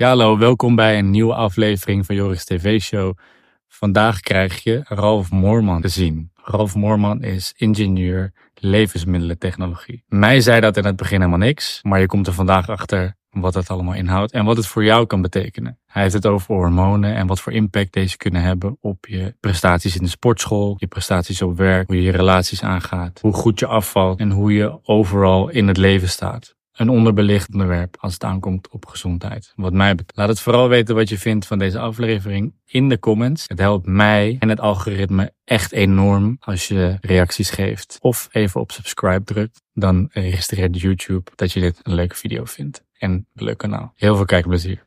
Ja, hallo, welkom bij een nieuwe aflevering van Joris TV-show. Vandaag krijg je Ralf Moorman te zien. Ralf Moorman is ingenieur levensmiddelentechnologie. Mij zei dat in het begin helemaal niks, maar je komt er vandaag achter wat het allemaal inhoudt en wat het voor jou kan betekenen. Hij heeft het over hormonen en wat voor impact deze kunnen hebben op je prestaties in de sportschool, je prestaties op werk, hoe je je relaties aangaat, hoe goed je afvalt en hoe je overal in het leven staat. Een onderbelicht onderwerp als het aankomt op gezondheid. Wat mij betreft. Laat het vooral weten wat je vindt van deze aflevering in de comments. Het helpt mij en het algoritme echt enorm als je reacties geeft. Of even op subscribe drukt. Dan registreert YouTube dat je dit een leuke video vindt. En een leuk kanaal. Heel veel kijkplezier.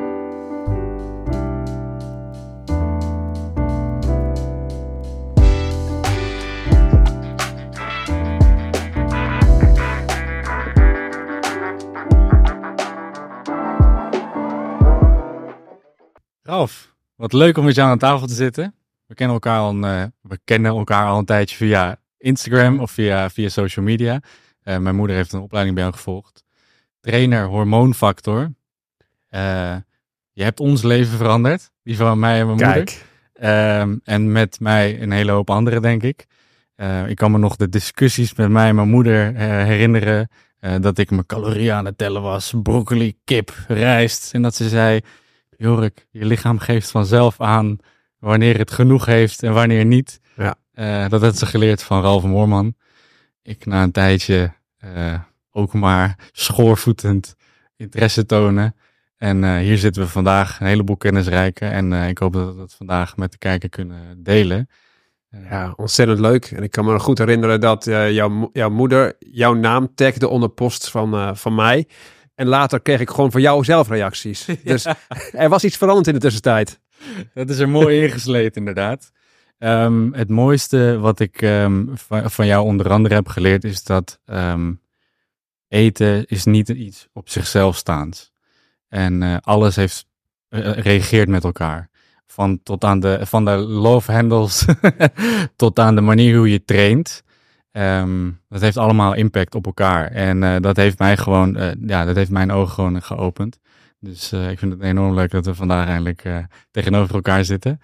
Ralf, wat leuk om met jou aan tafel te zitten. We kennen elkaar al een tijdje via Instagram of via social media. Mijn moeder heeft een opleiding bij jou gevolgd. Trainer Hormoonfactor. Je hebt ons leven veranderd. Die van mij en mijn moeder. En met mij een hele hoop anderen, denk ik. Ik kan me nog de discussies met mij en mijn moeder herinneren. Dat ik mijn calorieën aan het tellen was. Broccoli, kip, rijst. En dat ze zei: Jorik, je lichaam geeft vanzelf aan wanneer het genoeg heeft en wanneer niet. Ja. Dat had ze geleerd van Ralf Moorman. Ik na een tijdje ook maar schoorvoetend interesse tonen. En hier zitten we vandaag, een heleboel kennisrijken. En ik hoop dat we dat vandaag met de kijker kunnen delen. Ja, ontzettend leuk. En ik kan me nog goed herinneren dat jouw moeder jouw naam tagde onder posts van mij. En later kreeg ik gewoon van jou zelf reacties. Ja. Dus er was iets veranderd in de tussentijd. Dat is er mooi ingesleten, inderdaad. Het mooiste wat ik van jou onder andere heb geleerd is dat eten is niet iets op zichzelf staands. En alles reageert met elkaar. Van de love handles tot aan de manier hoe je traint. Dat heeft allemaal impact op elkaar. En dat heeft mij dat heeft mijn ogen gewoon geopend. Dus ik vind het enorm leuk dat we vandaag eindelijk tegenover elkaar zitten.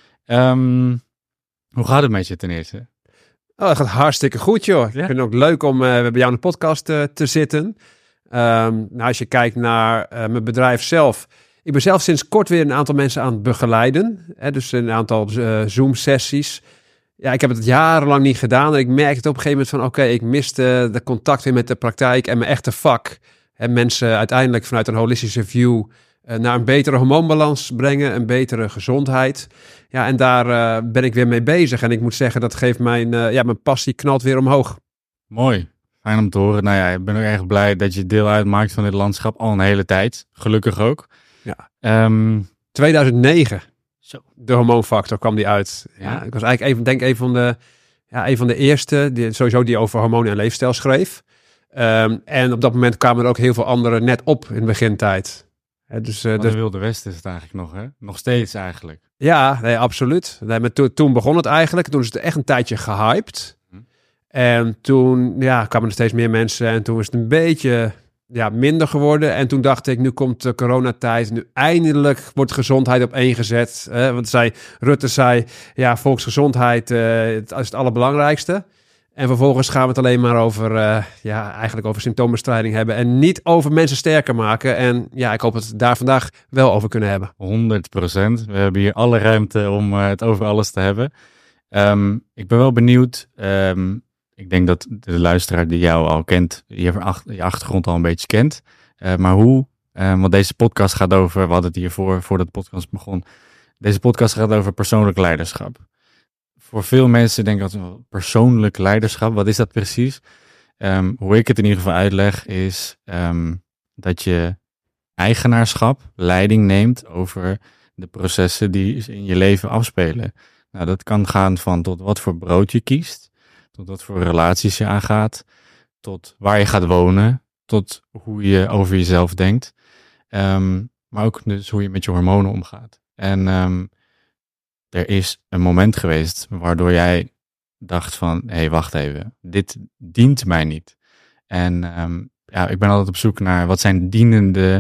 Hoe gaat het met je ten eerste? Oh, dat gaat hartstikke goed, joh. Ja? Ik vind het ook leuk om bij jou in de podcast te zitten. Als je kijkt naar mijn bedrijf zelf. Ik ben zelf sinds kort weer een aantal mensen aan het begeleiden. Dus een aantal Zoom-sessies. Ja, ik heb het jarenlang niet gedaan en ik merkte het op een gegeven moment van ik miste de contact weer met de praktijk en mijn echte vak. En mensen uiteindelijk vanuit een holistische view naar een betere hormoonbalans brengen, een betere gezondheid. Ja, en daar ben ik weer mee bezig en ik moet zeggen, dat geeft mijn passie knalt weer omhoog. Mooi, fijn om te horen. Nou ja, ik ben ook erg blij dat je deel uitmaakt van dit landschap al een hele tijd. Gelukkig ook. Ja. 2009. Zo. De hormoonfactor kwam die uit. Ja, ik was eigenlijk een van de eerste die over hormonen en leefstijl schreef. En op dat moment kwamen er ook heel veel anderen net op in de begintijd. De Wilde Westen is het eigenlijk nog, hè? Nog steeds eigenlijk. Ja, nee, absoluut. Nee, maar toen begon het eigenlijk. Toen is het echt een tijdje gehyped. En toen kwamen er steeds meer mensen. En toen is het een beetje minder geworden. En toen dacht ik, nu komt de coronatijd. Nu eindelijk wordt gezondheid op één gezet. Want Rutte zei, volksgezondheid is het allerbelangrijkste. En vervolgens gaan we het alleen maar over symptoombestrijding hebben. En niet over mensen sterker maken. En ik hoop dat we het daar vandaag wel over kunnen hebben. 100%. We hebben hier alle ruimte om het over alles te hebben. Ik ben wel benieuwd. Ik denk dat de luisteraar die jou al kent, je achtergrond al een beetje kent. Maar hoe? Want deze podcast gaat over, we hadden het hiervoor, voordat de podcast begon. Deze podcast gaat over persoonlijk leiderschap. Voor veel mensen denk ik dat persoonlijk leiderschap, wat is dat precies? Hoe ik het in ieder geval uitleg is dat je eigenaarschap, leiding neemt over de processen die in je leven afspelen. Nou, dat kan gaan van tot wat voor brood je kiest, tot wat voor relaties je aangaat, tot waar je gaat wonen, tot hoe je over jezelf denkt. Maar ook dus hoe je met je hormonen omgaat. En er is een moment geweest waardoor jij dacht van, hé, wacht even, dit dient mij niet. En ik ben altijd op zoek naar wat zijn dienende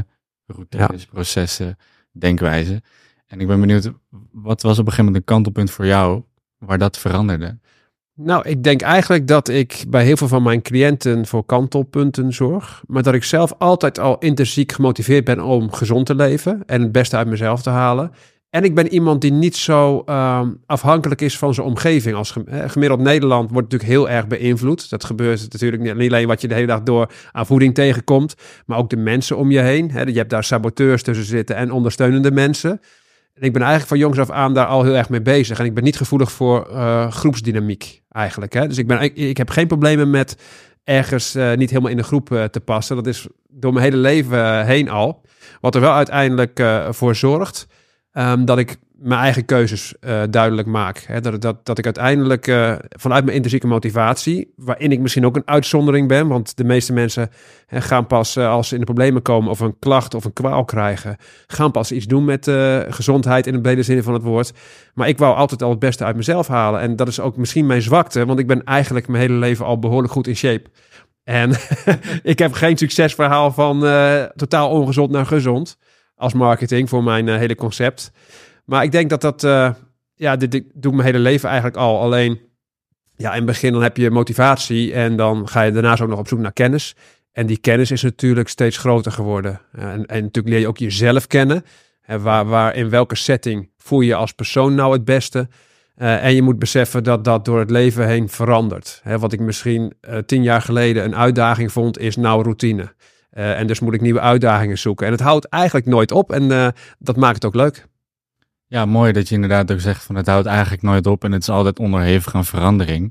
routines, processen, denkwijzen. En ik ben benieuwd, wat was op een gegeven moment een kantelpunt voor jou waar dat veranderde? Nou, ik denk eigenlijk dat ik bij heel veel van mijn cliënten voor kantelpunten zorg. Maar dat ik zelf altijd al intrinsiek gemotiveerd ben om gezond te leven en het beste uit mezelf te halen. En ik ben iemand die niet zo afhankelijk is van zijn omgeving. Als gemiddeld Nederland wordt natuurlijk heel erg beïnvloed. Dat gebeurt natuurlijk niet alleen wat je de hele dag door aan voeding tegenkomt, maar ook de mensen om je heen. Je hebt daar saboteurs tussen zitten en ondersteunende mensen. En ik ben eigenlijk van jongs af aan daar al heel erg mee bezig. En ik ben niet gevoelig voor groepsdynamiek eigenlijk. Dus ik heb geen problemen met ergens niet helemaal in de groep te passen. Dat is door mijn hele leven heen al. Wat er wel uiteindelijk voor zorgt dat ik mijn eigen keuzes duidelijk maak. Dat ik uiteindelijk vanuit mijn intrinsieke motivatie, waarin ik misschien ook een uitzondering ben, want de meeste mensen gaan pas als ze in de problemen komen of een klacht of een kwaal krijgen, gaan pas iets doen met gezondheid in de brede zin van het woord. Maar ik wou altijd al het beste uit mezelf halen. En dat is ook misschien mijn zwakte, want ik ben eigenlijk mijn hele leven al behoorlijk goed in shape. En ik heb geen succesverhaal van totaal ongezond naar gezond als marketing voor mijn hele concept. Maar ik denk dat dit doe ik mijn hele leven eigenlijk al. Alleen, in het begin dan heb je motivatie en dan ga je daarnaast ook nog op zoek naar kennis. En die kennis is natuurlijk steeds groter geworden. En natuurlijk leer je ook jezelf kennen. Waar in welke setting voel je als persoon nou het beste. En je moet beseffen dat dat door het leven heen verandert. Wat ik misschien 10 jaar geleden een uitdaging vond, is nou routine. En dus moet ik nieuwe uitdagingen zoeken. En het houdt eigenlijk nooit op en dat maakt het ook leuk. Ja, mooi dat je inderdaad ook zegt van het houdt eigenlijk nooit op en het is altijd onderhevig aan verandering.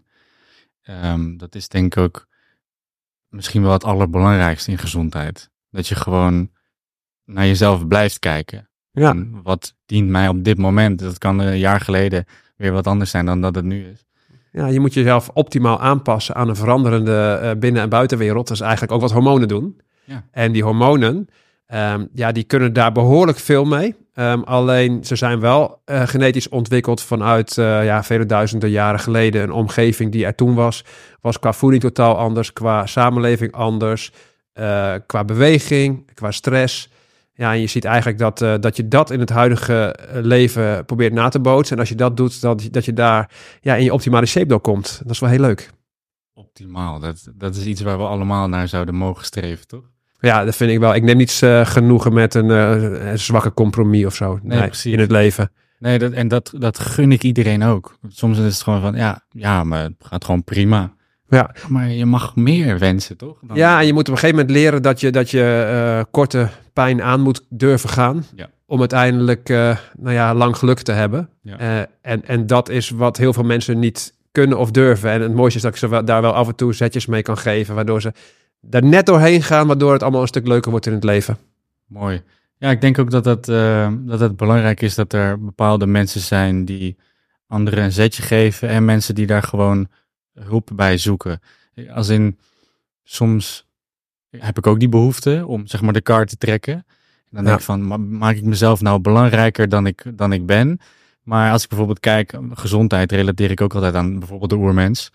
Dat is denk ik ook misschien wel het allerbelangrijkste in gezondheid. Dat je gewoon naar jezelf blijft kijken. Ja. En wat dient mij op dit moment? Dat kan een jaar geleden weer wat anders zijn dan dat het nu is. Ja, je moet jezelf optimaal aanpassen aan een veranderende binnen- en buitenwereld. Dat is eigenlijk ook wat hormonen doen. Ja. En die hormonen, die kunnen daar behoorlijk veel mee. Alleen ze zijn wel genetisch ontwikkeld vanuit vele duizenden jaren geleden. Een omgeving die er toen was qua voeding totaal anders, qua samenleving anders, qua beweging, qua stress. Ja, en je ziet eigenlijk dat je dat in het huidige leven probeert na te bootsen. En als je dat doet, dat je daar in je optimale shape door komt. Dat is wel heel leuk. Optimaal, dat is iets waar we allemaal naar zouden mogen streven, toch? Ja, dat vind ik wel. Ik neem niet genoegen met een zwakke compromis of zo in het leven. Nee, dat gun ik iedereen ook. Soms is het gewoon van, maar het gaat gewoon prima. Ja. Maar je mag meer wensen, toch? Ja, en je moet op een gegeven moment leren dat je korte pijn aan moet durven gaan. Ja. Om uiteindelijk lang geluk te hebben. Ja. En dat is wat heel veel mensen niet kunnen of durven. En het mooiste is dat ik ze daar wel af en toe zetjes mee kan geven, waardoor ze daar net doorheen gaan, waardoor het allemaal een stuk leuker wordt in het leven. Mooi. Ja, ik denk ook dat het belangrijk is dat er bepaalde mensen zijn die anderen een zetje geven en mensen die daar gewoon hulp bij zoeken. Als in, soms heb ik ook die behoefte om zeg maar de kar te trekken. En dan denk ik van, maak ik mezelf nou belangrijker dan ik ben? Maar als ik bijvoorbeeld kijk, gezondheid relateer ik ook altijd aan bijvoorbeeld de oermens.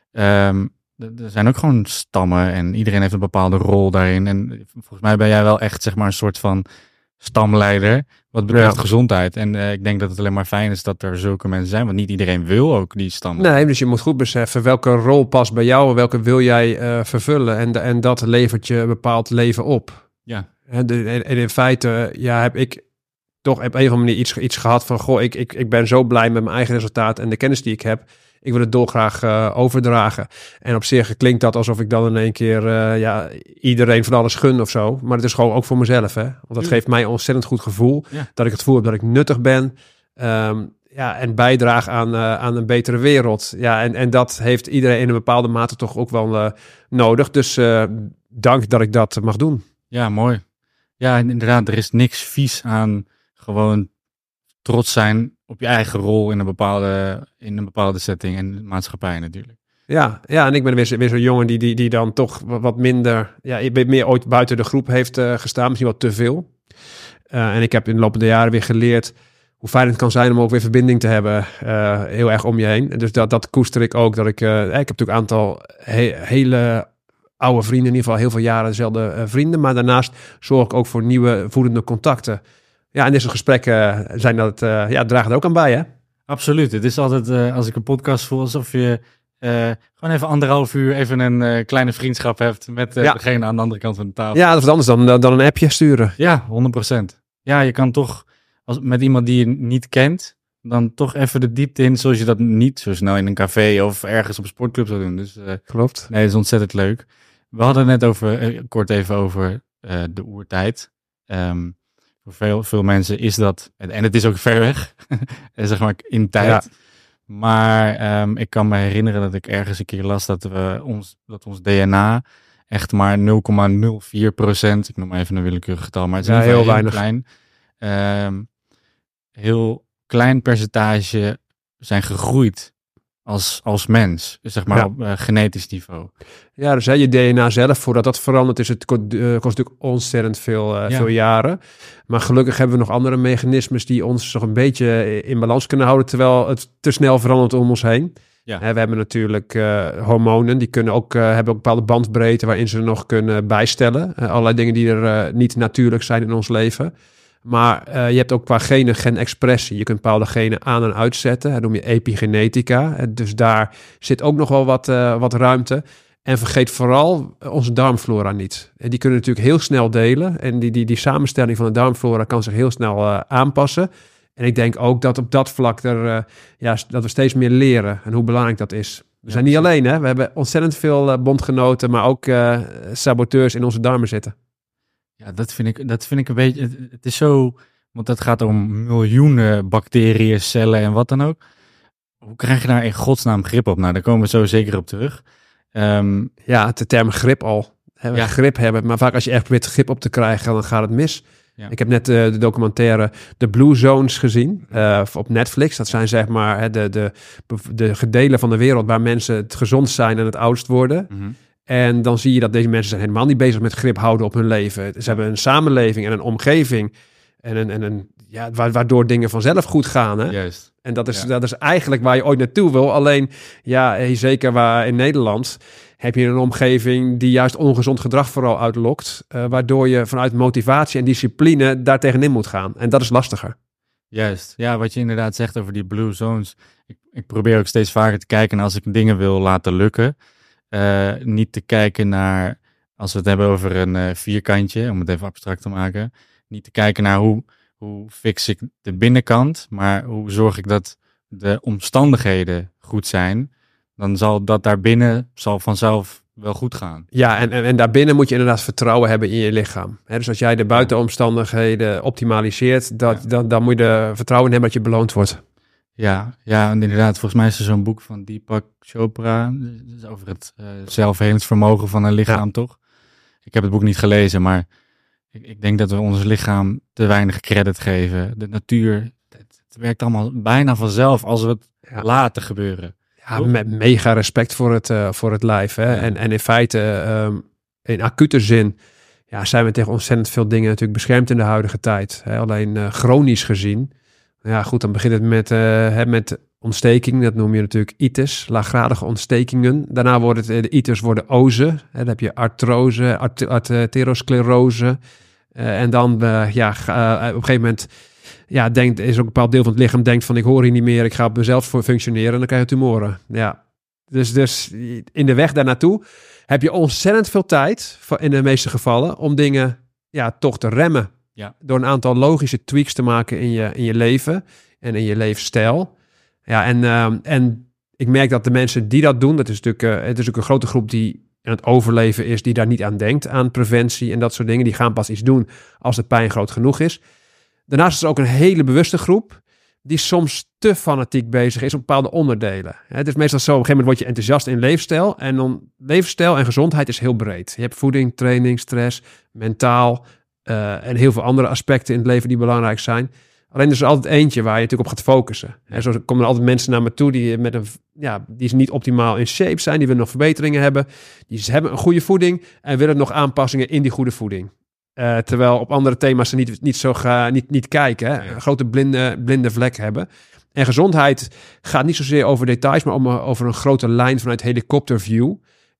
Er zijn ook gewoon stammen en iedereen heeft een bepaalde rol daarin. En volgens mij ben jij wel echt zeg maar een soort van stamleider wat betreft gezondheid. En ik denk dat het alleen maar fijn is dat er zulke mensen zijn, want niet iedereen wil ook die stam. Nee, dus je moet goed beseffen welke rol past bij jou en welke wil jij vervullen. En dat levert je een bepaald leven op. Ja. En in feite heb ik toch op een of andere manier iets gehad van, ik ben zo blij met mijn eigen resultaat en de kennis die ik heb. Ik wil het dolgraag overdragen. En op zich klinkt dat alsof ik dan in één keer iedereen van alles gun of zo. Maar het is gewoon ook voor mezelf. Hè? Want dat geeft mij een ontzettend goed gevoel. Ja. Dat ik het gevoel heb dat ik nuttig ben. En bijdraag aan een betere wereld. Ja, en dat heeft iedereen in een bepaalde mate toch ook wel nodig. Dus dank dat ik dat mag doen. Ja, mooi. Ja, en inderdaad, er is niks vies aan gewoon trots zijn op je eigen rol in een bepaalde setting en maatschappij natuurlijk. Ja, en ik ben weer zo'n jongen die dan toch wat minder, meer ooit buiten de groep heeft gestaan, misschien wat te veel. En ik heb in de loop der jaren weer geleerd hoe fijn het kan zijn om ook weer verbinding te hebben, heel erg om je heen. Dus dat koester ik ook. Ik heb natuurlijk een aantal hele oude vrienden, in ieder geval heel veel jaren dezelfde vrienden. Maar daarnaast zorg ik ook voor nieuwe voedende contacten. Ja, en dit soort gesprekken dragen er ook aan bij, hè? Absoluut. Het is altijd, als ik een podcast voel, alsof je gewoon even 1,5 uur even een kleine vriendschap hebt met degene aan de andere kant van de tafel. Ja, dat is wat anders dan een appje sturen. Ja, 100%. Ja, je kan toch met iemand die je niet kent, dan toch even de diepte in, zoals je dat niet zo snel in een café of ergens op een sportclub zou doen. Dus Klopt. nee, dat is ontzettend leuk. We hadden het net kort even over de oertijd. Voor veel mensen is dat, en het is ook ver weg, zeg maar in tijd. Ja. Maar ik kan me herinneren dat ik ergens een keer las dat ons DNA echt maar 0,04%, ik noem maar even een willekeurig getal, maar het is heel weinig. Heel klein percentage zijn gegroeid als mens, zeg maar op genetisch niveau. Ja, dus je DNA zelf, voordat dat verandert, kost natuurlijk ontzettend veel jaren. Maar gelukkig hebben we nog andere mechanismes die ons nog een beetje in balans kunnen houden, terwijl het te snel verandert om ons heen. Ja. We hebben natuurlijk hormonen, die hebben ook een bepaalde bandbreedte waarin ze nog kunnen bijstellen. Allerlei dingen die er niet natuurlijk zijn in ons leven. Maar je hebt ook qua genen genexpressie. Je kunt bepaalde genen aan- en uitzetten. Dat noem je epigenetica. Dus daar zit ook nog wel wat ruimte. En vergeet vooral onze darmflora niet. En die kunnen natuurlijk heel snel delen. En die samenstelling van de darmflora kan zich heel snel aanpassen. En ik denk ook dat op dat vlak dat we steeds meer leren. En hoe belangrijk dat is. We zijn niet alleen, hè. We hebben ontzettend veel bondgenoten, maar ook saboteurs in onze darmen zitten. Ja, dat vind ik een beetje... Het is zo... Want het gaat om miljoenen bacteriën, cellen en wat dan ook. Hoe krijg je daar in godsnaam grip op? Nou, daar komen we zo zeker op terug. De term grip al. Grip hebben. Maar vaak als je echt probeert grip op te krijgen, dan gaat het mis. Ja. Ik heb net de documentaire The Blue Zones gezien op Netflix. Dat zijn zeg maar de gedelen van de wereld waar mensen het gezond zijn en het oudst worden. Mm-hmm. En dan zie je dat deze mensen zijn helemaal niet bezig met grip houden op hun leven. Ze hebben een samenleving en een omgeving waardoor dingen vanzelf goed gaan. Hè? Juist. En dat is eigenlijk waar je ooit naartoe wil. Alleen, zeker waar in Nederland heb je een omgeving die juist ongezond gedrag vooral uitlokt. Waardoor je vanuit motivatie en discipline daar tegenin moet gaan. En dat is lastiger. Juist. Ja, wat je inderdaad zegt over die blue zones. Ik probeer ook steeds vaker te kijken als ik dingen wil laten lukken. Niet te kijken naar, als we het hebben over een vierkantje, om het even abstract te maken. Niet te kijken naar hoe fix ik de binnenkant, maar hoe zorg ik dat de omstandigheden goed zijn. Dan zal dat daarbinnen vanzelf wel goed gaan. Ja, en daarbinnen moet je inderdaad vertrouwen hebben in je lichaam. Dus als jij de buitenomstandigheden optimaliseert, dan moet je vertrouwen hebben dat je beloond wordt. Ja, en inderdaad, volgens mij is er zo'n boek van Deepak Chopra, dus over het zelfhelingsvermogen van een lichaam, toch? Ik heb het boek niet gelezen, maar ik denk dat we ons lichaam te weinig credit geven. De natuur, het werkt allemaal bijna vanzelf als we het laten gebeuren. Ja, met mega respect voor het lijf. Hè? Ja. En in feite, in acute zin, zijn we tegen ontzettend veel dingen natuurlijk beschermd in de huidige tijd. Hè? Alleen chronisch gezien. Ja, goed, dan begint het met ontsteking. Dat noem je natuurlijk itis, laaggradige ontstekingen. Daarna worden de itis ose. Dan heb je artrose, arteriosclerose. En dan op een gegeven moment is ook een bepaald deel van het lichaam denkt van ik hoor hier niet meer, ik ga op mezelf functioneren en dan krijg je tumoren. Ja. Dus in de weg daar naartoe heb je ontzettend veel tijd, in de meeste gevallen, om dingen toch te remmen. Ja. Door een aantal logische tweaks te maken in je leven en in je levensstijl. Ja, en ik merk dat de mensen die dat doen, het is natuurlijk een grote groep die aan het overleven is, die daar niet aan denkt, aan preventie en dat soort dingen. Die gaan pas iets doen als de pijn groot genoeg is. Daarnaast is er ook een hele bewuste groep die soms te fanatiek bezig is op bepaalde onderdelen. Het is meestal zo, op een gegeven moment word je enthousiast in leefstijl. En dan leefstijl en gezondheid is heel breed. Je hebt voeding, training, stress, mentaal en heel veel andere aspecten in het leven die belangrijk zijn. Alleen er is altijd eentje waar je natuurlijk op gaat focussen. En zo komen er altijd mensen naar me toe die niet optimaal in shape zijn. Die willen nog verbeteringen hebben. Die hebben een goede voeding en willen nog aanpassingen in die goede voeding. Terwijl op andere thema's ze niet kijken. Hè? Ja. Een grote blinde vlek hebben. En gezondheid gaat niet zozeer over details, maar over een grote lijn vanuit helikopterview.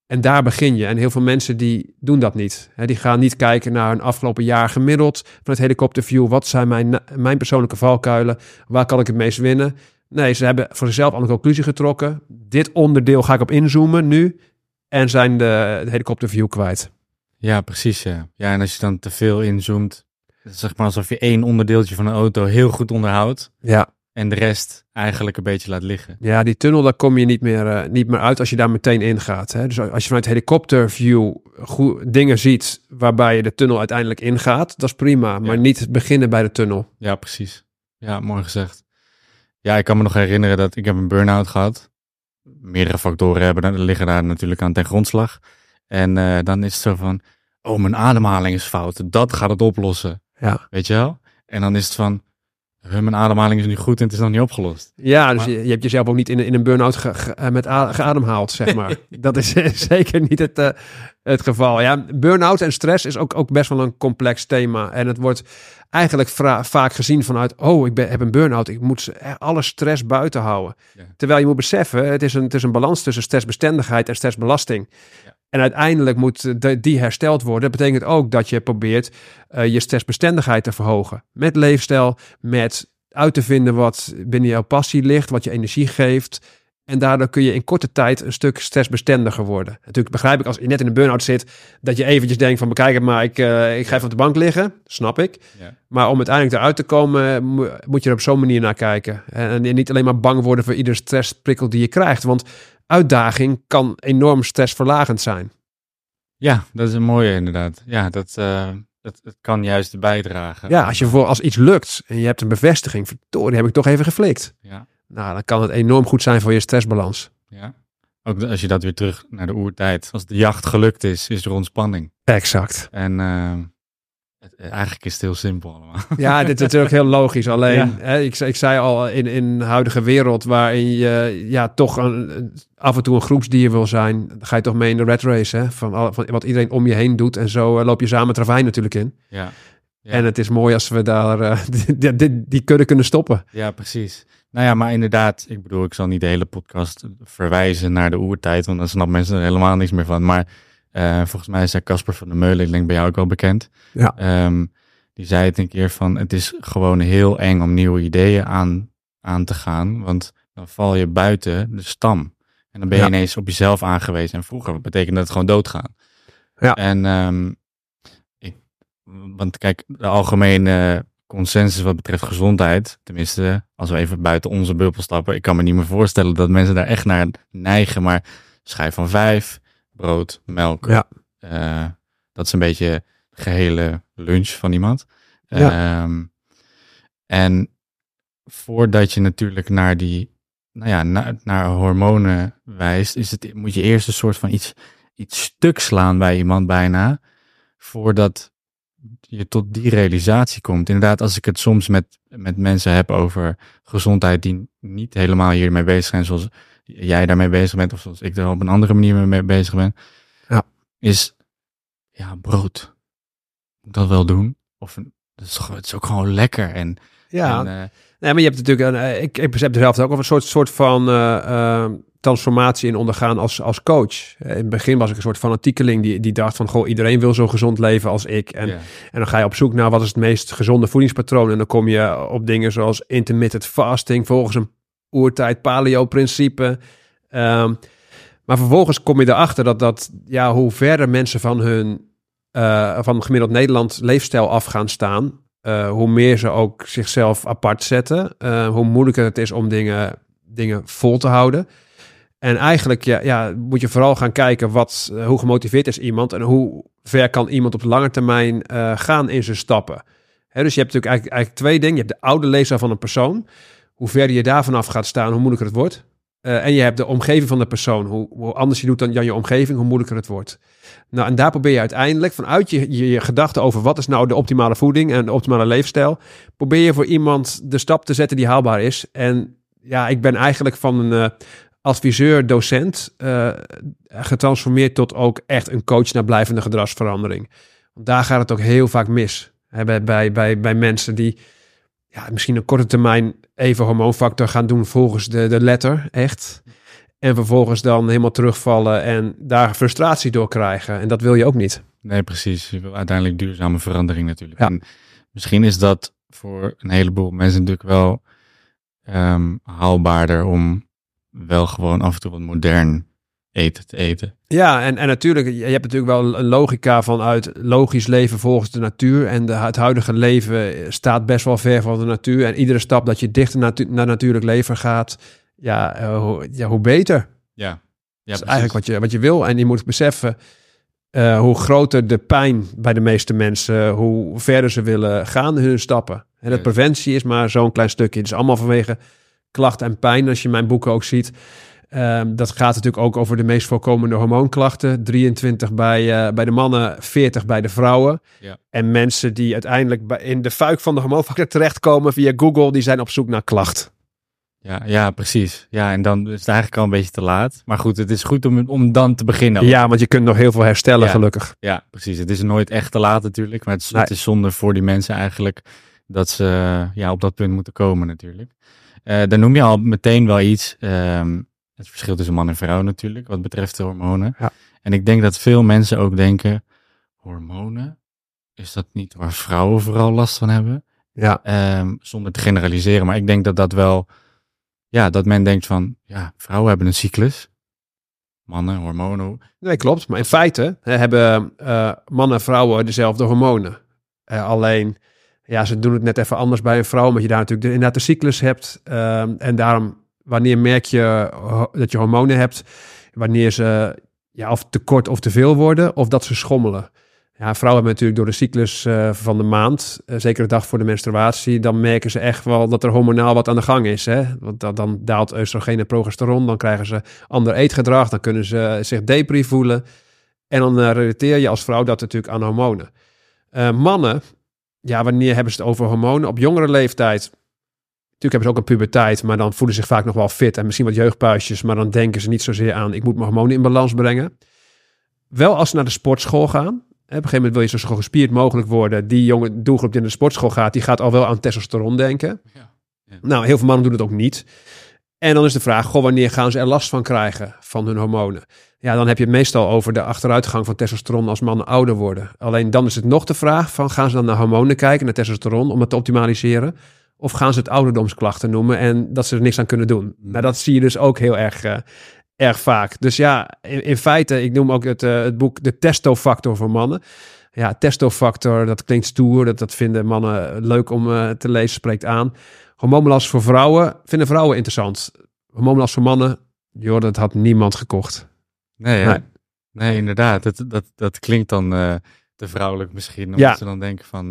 En daar begin je. En heel veel mensen die doen dat niet. Die gaan niet kijken naar hun afgelopen jaar gemiddeld vanuit helikopterview. Wat zijn mijn persoonlijke valkuilen? Waar kan ik het meest winnen? Nee, ze hebben voor zichzelf al een conclusie getrokken. Dit onderdeel ga ik op inzoomen nu. En zijn de helikopterview kwijt. Ja, precies. Ja, en als je dan te veel inzoomt, zeg maar alsof je 1 onderdeeltje van een auto heel goed onderhoudt. Ja. En de rest eigenlijk een beetje laat liggen. Ja, die tunnel, daar kom je niet meer uit als je daar meteen in gaat. Hè? Dus als je vanuit helikopterview dingen ziet waarbij je de tunnel uiteindelijk ingaat, dat is prima. Maar niet beginnen bij de tunnel. Ja, precies. Ja, mooi gezegd. Ja, ik kan me nog herinneren dat ik heb een burn-out gehad. Meerdere factoren liggen daar natuurlijk aan ten grondslag. En dan is het zo van, mijn ademhaling is fout. Dat gaat het oplossen. Ja. Weet je wel? En dan is het van, mijn ademhaling is nu goed en het is nog niet opgelost. Ja, dus je hebt jezelf ook niet in een burn-out geademhaald, zeg maar. Dat is zeker niet het geval. Ja, burn-out en stress is ook best wel een complex thema. En het wordt eigenlijk vaak gezien vanuit, ik heb een burn-out, ik moet alle stress buiten houden. Ja. Terwijl je moet beseffen, het is een balans tussen stressbestendigheid en stressbelasting. Ja. En uiteindelijk moet die hersteld worden. Dat betekent ook dat je probeert je stressbestendigheid te verhogen. Met leefstijl, met uit te vinden wat binnen jouw passie ligt, wat je energie geeft. En daardoor kun je in korte tijd een stuk stressbestendiger worden. Natuurlijk begrijp ik als je net in een burn-out zit, dat je eventjes denkt van bekijk het maar, ik ga even op de bank liggen. Snap ik. Ja. Maar om uiteindelijk eruit te komen, moet je er op zo'n manier naar kijken. En niet alleen maar bang worden voor iedere stressprikkel die je krijgt. Want uitdaging kan enorm stressverlagend zijn. Ja, dat is een mooie inderdaad. Ja, dat kan juist bijdragen. Ja, als iets lukt en je hebt een bevestiging, verdorie, heb ik toch even geflikt. Ja. Nou, dan kan het enorm goed zijn voor je stressbalans. Ja, ook als je dat weer terug naar de oertijd. Als de jacht gelukt is er ontspanning. Exact. En eigenlijk is het heel simpel allemaal. Ja, dit is natuurlijk heel logisch. Alleen, ik zei al, in de huidige wereld waarin je toch af en toe een groepsdier wil zijn, dan ga je toch mee in de rat race, hè? Van wat iedereen om je heen doet. En zo loop je samen het ravijn natuurlijk in. Ja. En het is mooi als we daar die kudde kunnen stoppen. Ja, precies. Nou ja, maar inderdaad, ik bedoel, ik zal niet de hele podcast verwijzen naar de oertijd, want dan snapt mensen er helemaal niks meer van. Maar volgens mij zei Casper van der Meulen, ik denk bij jou ook wel bekend. Ja. Die zei het een keer van, het is gewoon heel eng om nieuwe ideeën aan te gaan, want dan val je buiten de stam. En dan ben je ineens op jezelf aangewezen. En vroeger betekende het gewoon doodgaan. Ja. En want kijk, de algemene consensus wat betreft gezondheid, tenminste, als we even buiten onze bubbel stappen, ik kan me niet meer voorstellen dat mensen daar echt naar neigen, maar schijf van 5, brood, melk, dat is een beetje de gehele lunch van iemand. Ja. En voordat je natuurlijk naar die, naar hormonen wijst, moet je eerst een soort van iets stuk slaan bij iemand bijna, voordat je tot die realisatie komt. Inderdaad, als ik het soms met mensen heb over gezondheid die niet helemaal hiermee bezig zijn, zoals jij daarmee bezig bent, of zoals ik er op een andere manier mee bezig ben, is brood. Moet dat wel doen? Of het is ook gewoon lekker. Nee, maar je hebt natuurlijk, ik besef er zelf ook of een soort van transformatie in ondergaan als coach. In het begin was ik een soort fanatiekeling die dacht van, iedereen wil zo gezond leven als ik. En dan ga je op zoek naar wat is het meest gezonde voedingspatroon. En dan kom je op dingen zoals intermittent fasting, volgens een oertijd paleo-principe. Maar vervolgens kom je erachter dat hoe verder mensen van gemiddeld Nederland leefstijl af gaan staan, hoe meer ze ook zichzelf apart zetten, hoe moeilijker het is om dingen vol te houden. En eigenlijk moet je vooral gaan kijken hoe gemotiveerd is iemand en hoe ver kan iemand op de lange termijn gaan in zijn stappen. Dus je hebt natuurlijk eigenlijk 2 dingen. Je hebt de oude leefstijl van een persoon. Hoe verder je daarvan af gaat staan, hoe moeilijker het wordt. En je hebt de omgeving van de persoon. Hoe anders je doet dan je omgeving, hoe moeilijker het wordt. Nou, en daar probeer je uiteindelijk vanuit je gedachten over wat is nou de optimale voeding en de optimale leefstijl, probeer je voor iemand de stap te zetten die haalbaar is. En ik ben eigenlijk van een adviseur, docent, getransformeerd tot ook echt een coach naar blijvende gedragsverandering. Want daar gaat het ook heel vaak mis. Bij mensen die misschien een korte termijn even hormoonfactor gaan doen volgens de letter, echt. En vervolgens dan helemaal terugvallen en daar frustratie door krijgen. En dat wil je ook niet. Nee, precies. Je wil uiteindelijk duurzame verandering natuurlijk. Ja. En misschien is dat voor een heleboel mensen natuurlijk wel haalbaarder om wel gewoon af en toe wat modern eten te eten. Ja, en natuurlijk, je hebt natuurlijk wel een logica vanuit logisch leven volgens de natuur. En het huidige leven staat best wel ver van de natuur. En iedere stap dat je dichter naar natuurlijk leven gaat, hoe beter. Ja, Dat is eigenlijk wat je wil. En je moet beseffen hoe groter de pijn bij de meeste mensen, hoe verder ze willen gaan in hun stappen. En de preventie is maar zo'n klein stukje. Het is allemaal vanwege klachten en pijn, als je mijn boeken ook ziet. Dat gaat natuurlijk ook over de meest voorkomende hormoonklachten. 23 bij de mannen, 40 bij de vrouwen. Ja. En mensen die uiteindelijk in de fuik van de hormoonfactor terechtkomen via Google, die zijn op zoek naar klacht. Ja, precies. Ja, en dan is het eigenlijk al een beetje te laat. Maar goed, het is goed om dan te beginnen. Ja, want je kunt nog heel veel herstellen, gelukkig. Ja, precies. Het is nooit echt te laat natuurlijk. Maar het is zonde voor die mensen eigenlijk dat ze op dat punt moeten komen natuurlijk. Dan noem je al meteen wel iets. Het verschil tussen man en vrouw natuurlijk, wat betreft de hormonen. Ja. En ik denk dat veel mensen ook denken, hormonen? Is dat niet waar vrouwen vooral last van hebben? Ja. Zonder te generaliseren, maar ik denk dat wel... Ja, dat men denkt van, vrouwen hebben een cyclus. Mannen, hormonen. Nee, klopt. Maar in feite hebben mannen en vrouwen dezelfde hormonen. Alleen, ze doen het net even anders bij een vrouw, omdat je daar natuurlijk inderdaad de cyclus hebt. En daarom, wanneer merk je dat je hormonen hebt, wanneer ze of te kort of te veel worden, of dat ze schommelen. Ja, vrouwen hebben natuurlijk door de cyclus van de maand, zeker de dag voor de menstruatie, dan merken ze echt wel dat er hormonaal wat aan de gang is. Hè? Want dan daalt oestrogeen en progesteron, dan krijgen ze ander eetgedrag, dan kunnen ze zich depri voelen. En dan relateer je als vrouw dat natuurlijk aan hormonen. Mannen, wanneer hebben ze het over hormonen? Op jongere leeftijd, natuurlijk hebben ze ook een puberteit, maar dan voelen ze zich vaak nog wel fit en misschien wat jeugdpuistjes, maar dan denken ze niet zozeer aan, ik moet mijn hormonen in balans brengen. Wel als ze naar de sportschool gaan. Op een gegeven moment wil je zo gespierd mogelijk worden. Die jonge doelgroep die in de sportschool gaat, die gaat al wel aan testosteron denken. Ja. Nou, heel veel mannen doen het ook niet. En dan is de vraag, wanneer gaan ze er last van krijgen van hun hormonen? Ja, dan heb je het meestal over de achteruitgang van testosteron als mannen ouder worden. Alleen dan is het nog de vraag van, gaan ze dan naar hormonen kijken, naar testosteron, om het te optimaliseren? Of gaan ze het ouderdomsklachten noemen en dat ze er niks aan kunnen doen? Nou, dat zie je dus ook heel erg vaak. Dus in feite, ik noem ook het boek De Testofactor voor mannen. Ja, testofactor, dat klinkt stoer. Dat vinden mannen leuk om te lezen, spreekt aan. Hormoonbalans voor vrouwen vinden vrouwen interessant. Hormoonbalans voor mannen, joh, dat had niemand gekocht. Nee, inderdaad. Dat klinkt dan te vrouwelijk misschien. Omdat ze dan denken van,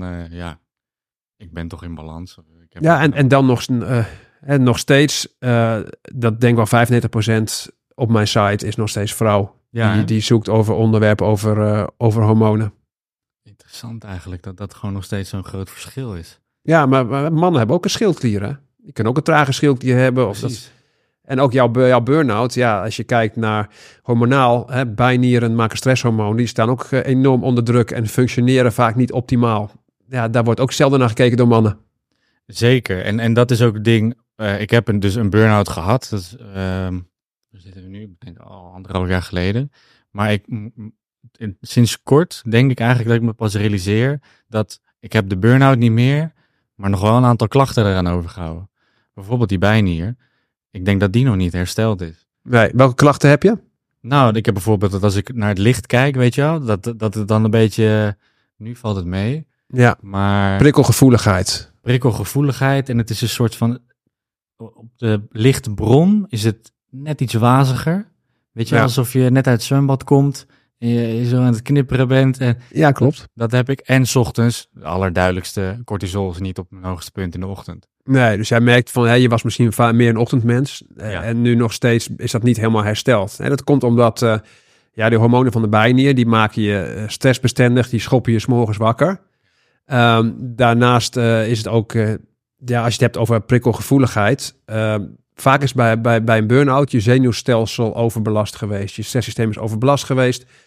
ik ben toch in balans. En dan nog steeds, dat denk ik wel 95% op mijn site is nog steeds vrouw. Ja, die zoekt over onderwerpen over hormonen. Interessant eigenlijk dat gewoon nog steeds zo'n groot verschil is. Ja, maar mannen hebben ook een schildklier, hè? Je kan ook een trage schildklier hebben. En ook jouw burn-out, als je kijkt naar hormonaal, bijnieren maken stresshormonen, die staan ook enorm onder druk en functioneren vaak niet optimaal. Ja, daar wordt ook zelden naar gekeken door mannen. Zeker, en dat is ook het ding. Ik heb dus een burn-out gehad. Dat is, we zitten nu, ik denk al 1,5 jaar geleden. Maar sinds kort denk ik eigenlijk dat ik me pas realiseer dat ik heb de burn-out niet meer, maar nog wel een aantal klachten eraan overgehouden. Bijvoorbeeld die bijnier. Ik denk dat die nog niet hersteld is. Nee, welke klachten heb je? Nou, ik heb bijvoorbeeld dat als ik naar het licht kijk, weet je wel, dat het dan een beetje, nu valt het mee. Ja, maar prikkelgevoeligheid. En het is een soort van, op de lichtbron is het net iets waziger. Weet je, alsof je net uit het zwembad komt en je zo aan het knipperen bent. En ja, klopt. Dat heb ik. En 's ochtends, de allerduidelijkste, cortisol is niet op mijn hoogste punt in de ochtend. Nee, dus jij merkt van, je was misschien meer een ochtendmens. En nu nog steeds is dat niet helemaal hersteld. En dat komt omdat de hormonen van de bijnier, die maken je stressbestendig, die schoppen je 's morgens wakker. Daarnaast is het ook, als je het hebt over prikkelgevoeligheid, vaak is bij een burn-out je zenuwstelsel overbelast geweest. Je stresssysteem is overbelast geweest.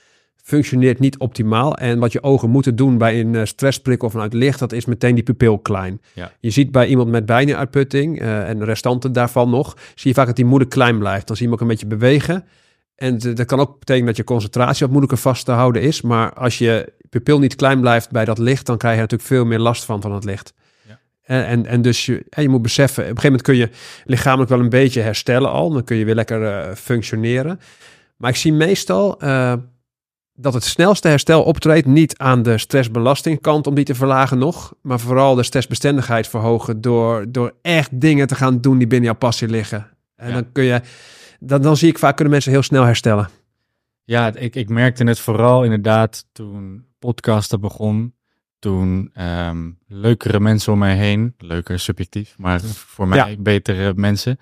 functioneert niet optimaal. En wat je ogen moeten doen bij een stressprikkel vanuit licht, dat is meteen die pupil klein. Ja. Je ziet bij iemand met bijnieruitputting en de restanten daarvan nog, zie je vaak dat die moeder klein blijft. Dan zie je hem ook een beetje bewegen. En dat kan ook betekenen dat je concentratie wat moeilijker vast te houden is. Maar als je pupil niet klein blijft bij dat licht, dan krijg je natuurlijk veel meer last van het licht. Ja. En dus je moet beseffen, op een gegeven moment kun je lichamelijk wel een beetje herstellen al. Dan kun je weer lekker functioneren. Maar ik zie meestal dat het snelste herstel optreedt niet aan de stressbelastingkant om die te verlagen nog, maar vooral de stressbestendigheid verhogen door echt dingen te gaan doen die binnen jouw passie liggen. En dan kun je, dan zie ik vaak kunnen mensen heel snel herstellen. Ja, ik merkte het vooral inderdaad toen podcasten begon. Toen leukere mensen om mij heen, leuker subjectief, maar voor mij betere mensen.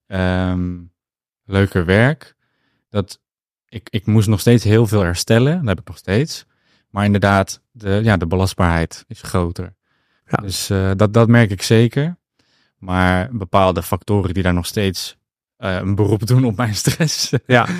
Leuker werk. Dat ik moest nog steeds heel veel herstellen, dat heb ik nog steeds. Maar inderdaad, de belastbaarheid is groter. Ja. Dus dat merk ik zeker. Maar bepaalde factoren die daar nog steeds een beroep doen op mijn stress,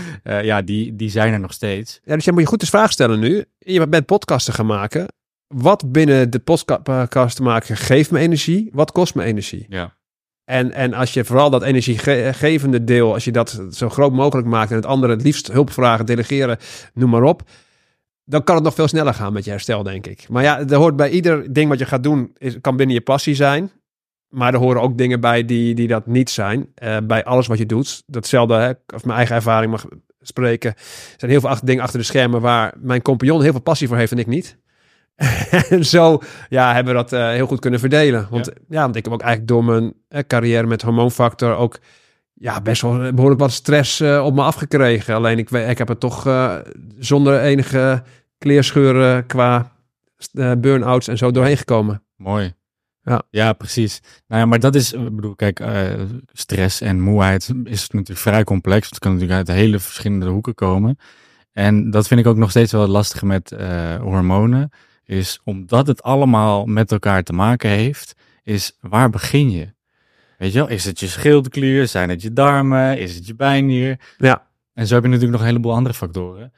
die zijn er nog steeds. Ja, dus jij moet je goed eens vraag stellen nu. Je bent podcasten gaan maken. Wat binnen de podcast te maken geeft me energie? Wat kost me energie? Ja. En als je vooral dat energiegevende deel, als je dat zo groot mogelijk maakt en het andere het liefst hulp vragen, delegeren, noem maar op, dan kan het nog veel sneller gaan met je herstel, denk ik. Maar ja, er hoort bij ieder ding wat je gaat doen, kan binnen je passie zijn. Maar er horen ook dingen bij die dat niet zijn. Bij alles wat je doet. Datzelfde, als mijn eigen ervaring mag spreken, zijn heel veel dingen achter de schermen waar mijn compagnon heel veel passie voor heeft en ik niet. En zo hebben we dat heel goed kunnen verdelen. Want ik heb ook eigenlijk door mijn carrière met hormoonfactor ook best wel behoorlijk wat stress op me afgekregen. Alleen ik heb het toch zonder enige kleerscheuren qua burn-outs en zo doorheen gekomen. Mooi. Ja, precies. Nou ja, maar dat is, ik bedoel, kijk, stress en moeheid is natuurlijk vrij complex. Het kan natuurlijk uit hele verschillende hoeken komen. En dat vind ik ook nog steeds wel lastig met hormonen. Is omdat het allemaal met elkaar te maken heeft, is waar begin je? Weet je wel, is het je schildklier? Zijn het je darmen? Is het je bijnier? Ja. En zo heb je natuurlijk nog een heleboel andere factoren.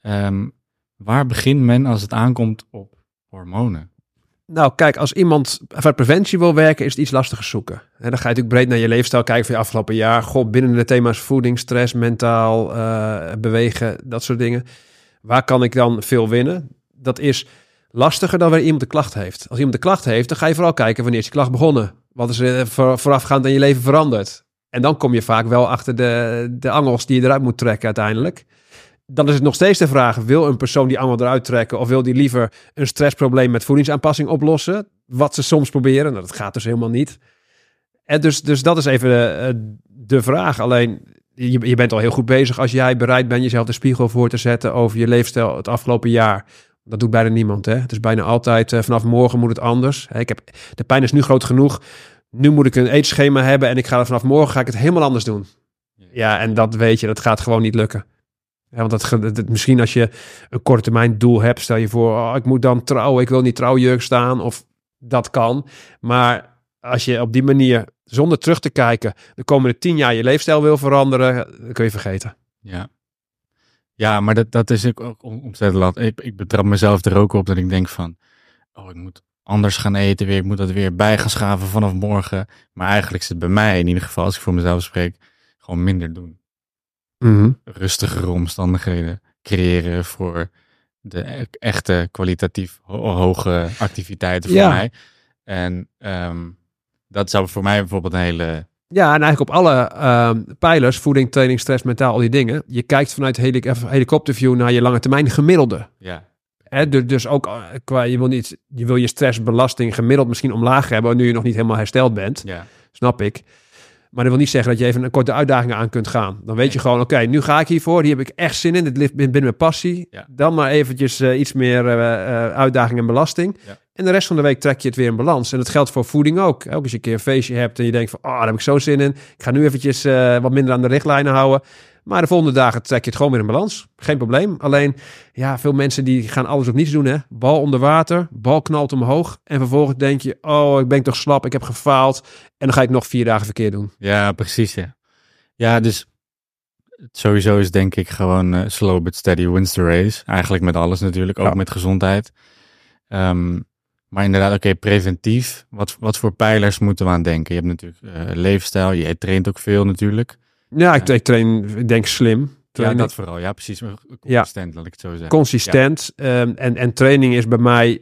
Waar begint men als het aankomt op hormonen? Nou, kijk, als iemand vanuit preventie wil werken, is het iets lastiger zoeken. En dan ga je natuurlijk breed naar je leefstijl kijken van je afgelopen jaar. Binnen de thema's voeding, stress, mentaal, bewegen, dat soort dingen. Waar kan ik dan veel winnen? Dat is lastiger dan wanneer iemand een klacht heeft. Als iemand een klacht heeft, dan ga je vooral kijken wanneer is die klacht begonnen. Wat is er voorafgaand aan je leven veranderd? En dan kom je vaak wel achter de angels die je eruit moet trekken uiteindelijk. Dan is het nog steeds de vraag, wil een persoon die angel eruit trekken of wil die liever een stressprobleem met voedingsaanpassing oplossen? Wat ze soms proberen, nou, dat gaat dus helemaal niet. En dus dat is even de vraag. Alleen, je bent al heel goed bezig als jij bereid bent jezelf de spiegel voor te zetten over je leefstijl het afgelopen jaar. Dat doet bijna niemand, hè. Het is bijna altijd, vanaf morgen moet het anders. De pijn is nu groot genoeg. Nu moet ik een eetschema hebben en vanaf morgen ga ik het helemaal anders doen. Ja, en dat weet je, dat gaat gewoon niet lukken. Ja, want misschien als je een korte termijn doel hebt, stel je voor, ik moet dan trouwen, ik wil niet trouwjurk staan, of dat kan. Maar als je op die manier, zonder terug te kijken, de komende 10 jaar je leefstijl wil veranderen, dan kun je vergeten. Ja, maar dat is ook ontzettend lat. Ik betrap mezelf er ook op dat ik denk van, ik moet anders gaan eten weer, ik moet dat weer bij gaan schaven vanaf morgen. Maar eigenlijk is het bij mij, in ieder geval als ik voor mezelf spreek, gewoon minder doen. Mm-hmm. Rustigere omstandigheden creëren voor de echte kwalitatief hoge activiteiten voor mij. En dat zou voor mij bijvoorbeeld een hele... Ja, en eigenlijk op alle pijlers, voeding, training, stress, mentaal, al die dingen. Je kijkt vanuit helikopterview naar je lange termijn gemiddelde. Ja. Dus ook je wil je stressbelasting gemiddeld misschien omlaag hebben, nu je nog niet helemaal hersteld bent. Ja. Snap ik. Maar dat wil niet zeggen dat je even een korte uitdaging aan kunt gaan. Dan weet je gewoon, oké, nu ga ik hiervoor. Hier heb ik echt zin in. Dit ligt binnen mijn passie. Ja. Dan maar eventjes iets meer uitdaging en belasting. Ja. En de rest van de week trek je het weer in balans. En dat geldt voor voeding ook. Ook als je een keer een feestje hebt en je denkt van, daar heb ik zo zin in. Ik ga nu eventjes wat minder aan de richtlijnen houden. Maar de volgende dagen trek je het gewoon weer in balans. Geen probleem. Alleen, veel mensen die gaan alles of niets doen. Hè? Bal onder water, bal knalt omhoog. En vervolgens denk je, ik ben toch slap, ik heb gefaald. En dan ga ik nog 4 dagen verkeerd doen. Ja, precies. Ja, dus sowieso is denk ik gewoon slow but steady wins the race. Eigenlijk met alles natuurlijk, ook met gezondheid. Maar inderdaad, oké, preventief. Wat voor pijlers moeten we aan denken? Je hebt natuurlijk leefstijl, je traint ook veel natuurlijk. Ja, ik train, ik denk slim. Ja, dat vooral. Ja, precies. Consistent, laat ik het zo zeggen. Consistent. Ja. En training is bij mij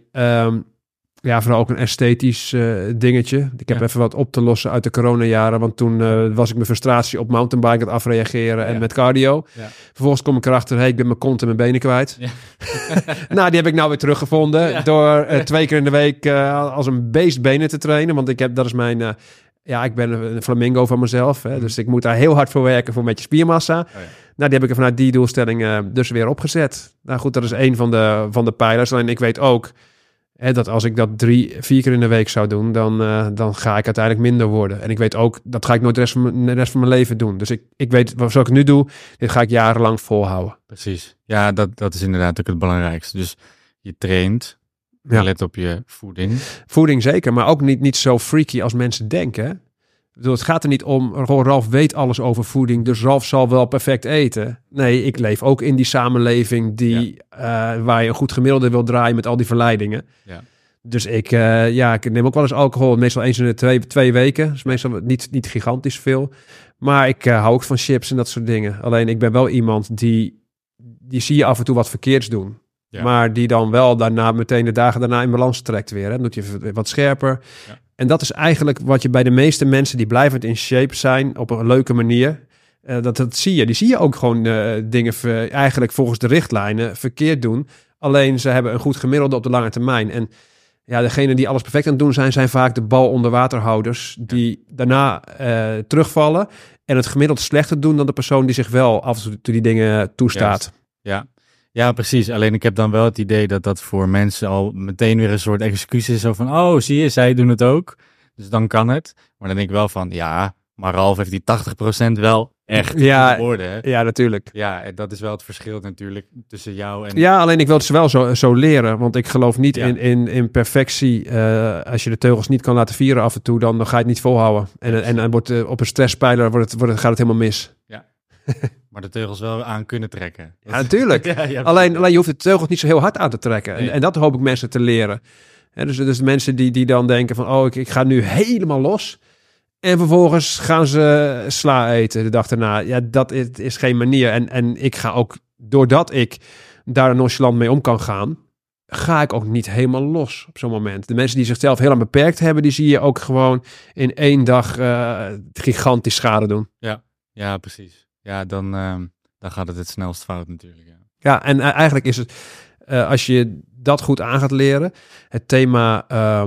vooral ook een esthetisch dingetje. Ik heb even wat op te lossen uit de coronajaren. Want toen was ik mijn frustratie op mountainbike aan het afreageren en met cardio. Ja. Vervolgens kom ik erachter, ik ben mijn kont en mijn benen kwijt. Ja. Nou, die heb ik nou weer teruggevonden. Door 2 keer in de week als een beest benen te trainen. Want dat is mijn... ik ben een flamingo van mezelf. Hè, dus ik moet daar heel hard voor werken voor een beetje spiermassa. Oh ja. Nou, die heb ik vanuit die doelstelling dus weer opgezet. Nou goed, dat is een van de pijlers. Alleen ik weet ook dat als ik dat 3-4 keer in de week zou doen, dan ga ik uiteindelijk minder worden. En ik weet ook, dat ga ik nooit de rest van mijn leven doen. Dus ik weet, zoals ik nu doe, dit ga ik jarenlang volhouden. Precies. Ja, dat is inderdaad ook het belangrijkste. Dus je traint, je let op je voeding. Voeding zeker, maar ook niet zo freaky als mensen denken. Het gaat er niet om, Ralf weet alles over voeding, dus Ralf zal wel perfect eten. Nee, ik leef ook in die samenleving waar je een goed gemiddelde wil draaien met al die verleidingen. Ja. Dus ik neem ook wel eens alcohol, meestal eens in de 2 weken. Dus meestal niet gigantisch veel. Maar ik hou ook van chips en dat soort dingen. Alleen ik ben wel iemand die zie je af en toe wat verkeerds doen. Ja. Maar die dan wel daarna meteen de dagen daarna in balans trekt weer. Hè. Dan doet je wat scherper. Ja. En dat is eigenlijk wat je bij de meeste mensen die blijvend in shape zijn op een leuke manier. Dat zie je. Die zie je ook gewoon dingen eigenlijk volgens de richtlijnen verkeerd doen. Alleen ze hebben een goed gemiddelde op de lange termijn. En ja, degenen die alles perfect aan het doen zijn vaak de bal onder waterhouders. Die daarna terugvallen en het gemiddeld slechter doen dan de persoon die zich wel af en toe die dingen toestaat. Yes. Ja, precies. Alleen ik heb dan wel het idee dat voor mensen al meteen weer een soort excuus is. Zo van, oh, zie je, zij doen het ook. Dus dan kan het. Maar dan denk ik wel van, ja, maar Ralf heeft die 80% wel echt geworden. Hè? Ja, natuurlijk. Ja, dat is wel het verschil natuurlijk tussen jou en... Ja, alleen ik wil het ze wel zo leren. Want ik geloof niet in perfectie. Als je de teugels niet kan laten vieren af en toe, dan ga je het niet volhouden. En wordt, op een stresspijler gaat het helemaal mis. Ja. Maar de teugels wel aan kunnen trekken. Ja, natuurlijk. Alleen je hoeft de teugels niet zo heel hard aan te trekken. Nee. En dat hoop ik mensen te leren. Dus de mensen die dan denken van... ik ga nu helemaal los. En vervolgens gaan ze sla eten de dag daarna. Ja, dat is geen manier. En ik ga ook, doordat ik daar nonchalant mee om kan gaan... ga ik ook niet helemaal los op zo'n moment. De mensen die zichzelf heel lang beperkt hebben... die zie je ook gewoon in 1 dag gigantisch schade doen. Ja, precies. Ja, dan gaat het snelst fout natuurlijk. Ja, en eigenlijk is het, als je dat goed aan gaat leren, het thema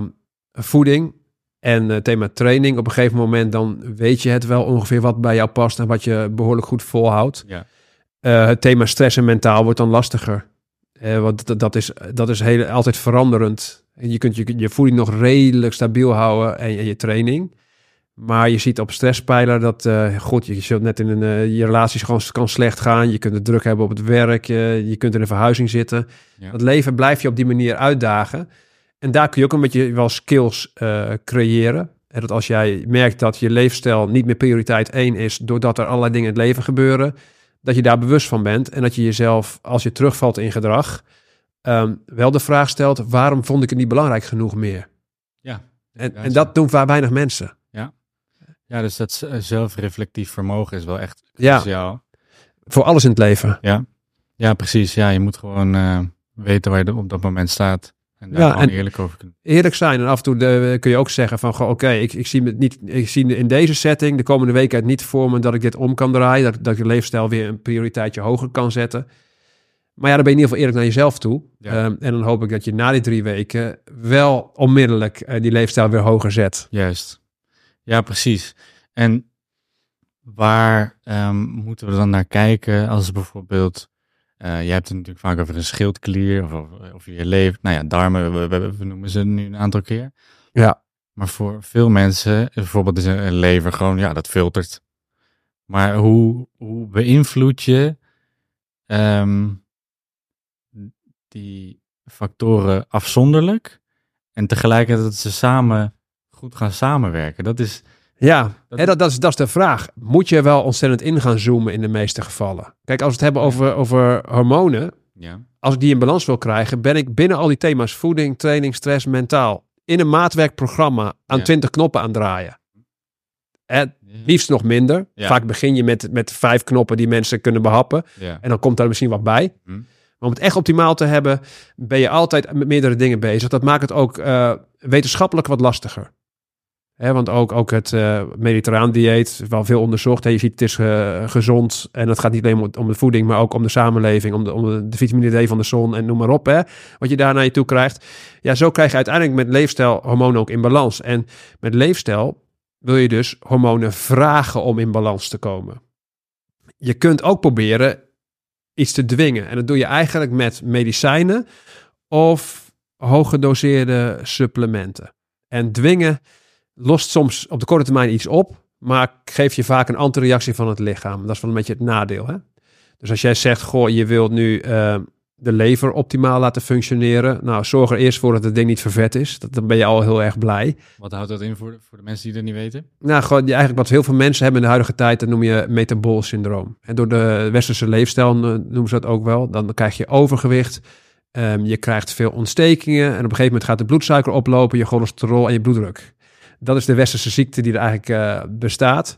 voeding en het thema training, op een gegeven moment dan weet je het wel ongeveer wat bij jou past en wat je behoorlijk goed volhoudt. Ja. Het thema stress en mentaal wordt dan lastiger. Want dat is altijd veranderend. Je kunt je voeding nog redelijk stabiel houden en je training. Maar je ziet op stresspijler dat, je zult net in je relaties gewoon kan slecht gaan. Je kunt het druk hebben op het werk. Je kunt in een verhuizing zitten. Ja. Het leven blijf je op die manier uitdagen. En daar kun je ook een beetje wel skills creëren. En dat als jij merkt dat je leefstijl niet meer prioriteit 1 is... doordat er allerlei dingen in het leven gebeuren... dat je daar bewust van bent. En dat je jezelf, als je terugvalt in gedrag... wel de vraag stelt... waarom vond ik het niet belangrijk genoeg meer? Ja. En dat doen weinig mensen. Ja, dus dat zelfreflectief vermogen is wel echt cruciaal. Voor alles in het leven. Ja, precies. Ja, je moet gewoon weten waar je op dat moment staat. En daar gewoon eerlijk over kunnen. Eerlijk zijn. En af en toe kun je ook zeggen van... ik zie in deze setting de komende weken het niet voor me... dat ik dit om kan draaien. Dat je leefstijl weer een prioriteitje hoger kan zetten. Maar ja, dan ben je in ieder geval eerlijk naar jezelf toe. Ja. En dan hoop ik dat je na die 3 weken... wel onmiddellijk die leefstijl weer hoger zet. Juist. Ja, precies. En waar moeten we dan naar kijken als bijvoorbeeld... je hebt het natuurlijk vaak over een schildklier of je lever. Nou ja, darmen, we noemen ze nu een aantal keer. Ja. Maar voor veel mensen, bijvoorbeeld is een lever gewoon, dat filtert. Maar hoe beïnvloed je die factoren afzonderlijk en tegelijkertijd dat ze samen goed gaan samenwerken? Dat is Ja, dat is de vraag. Moet je wel ontzettend in gaan zoomen in de meeste gevallen? Kijk, als we het hebben over hormonen, als ik die in balans wil krijgen, ben ik binnen al die thema's voeding, training, stress, mentaal in een maatwerkprogramma aan 20 knoppen aan draaien. Liefst nog minder. Ja. Vaak begin je met 5 knoppen die mensen kunnen behappen. Ja. En dan komt daar misschien wat bij. Maar om het echt optimaal te hebben, ben je altijd met meerdere dingen bezig. Dat maakt het ook wetenschappelijk wat lastiger. Want ook het mediterraan dieet, wel veel onderzocht. Je ziet, het is gezond. En het gaat niet alleen om de voeding, maar ook om de samenleving. Om de vitamine D van de zon en noem maar op. Wat je daar naar je toe krijgt. Ja, zo krijg je uiteindelijk met leefstijl hormonen ook in balans. En met leefstijl wil je dus hormonen vragen om in balans te komen. Je kunt ook proberen iets te dwingen. En dat doe je eigenlijk met medicijnen of hooggedoseerde supplementen. En dwingen lost soms op de korte termijn iets op, maar geeft je vaak een antireactie van het lichaam. Dat is wel een beetje het nadeel. Hè? Dus als jij zegt, je wilt nu de lever optimaal laten functioneren. Nou, zorg er eerst voor dat het ding niet vervet is. Dan ben je al heel erg blij. Wat houdt dat in voor de mensen die dat niet weten? Nou, eigenlijk wat heel veel mensen hebben in de huidige tijd, dat noem je metabool syndroom. En door de westerse leefstijl noemen ze dat ook wel. Dan krijg je overgewicht. Je krijgt veel ontstekingen. En op een gegeven moment gaat de bloedsuiker oplopen, je cholesterol en je bloeddruk. Dat is de westerse ziekte die er eigenlijk bestaat.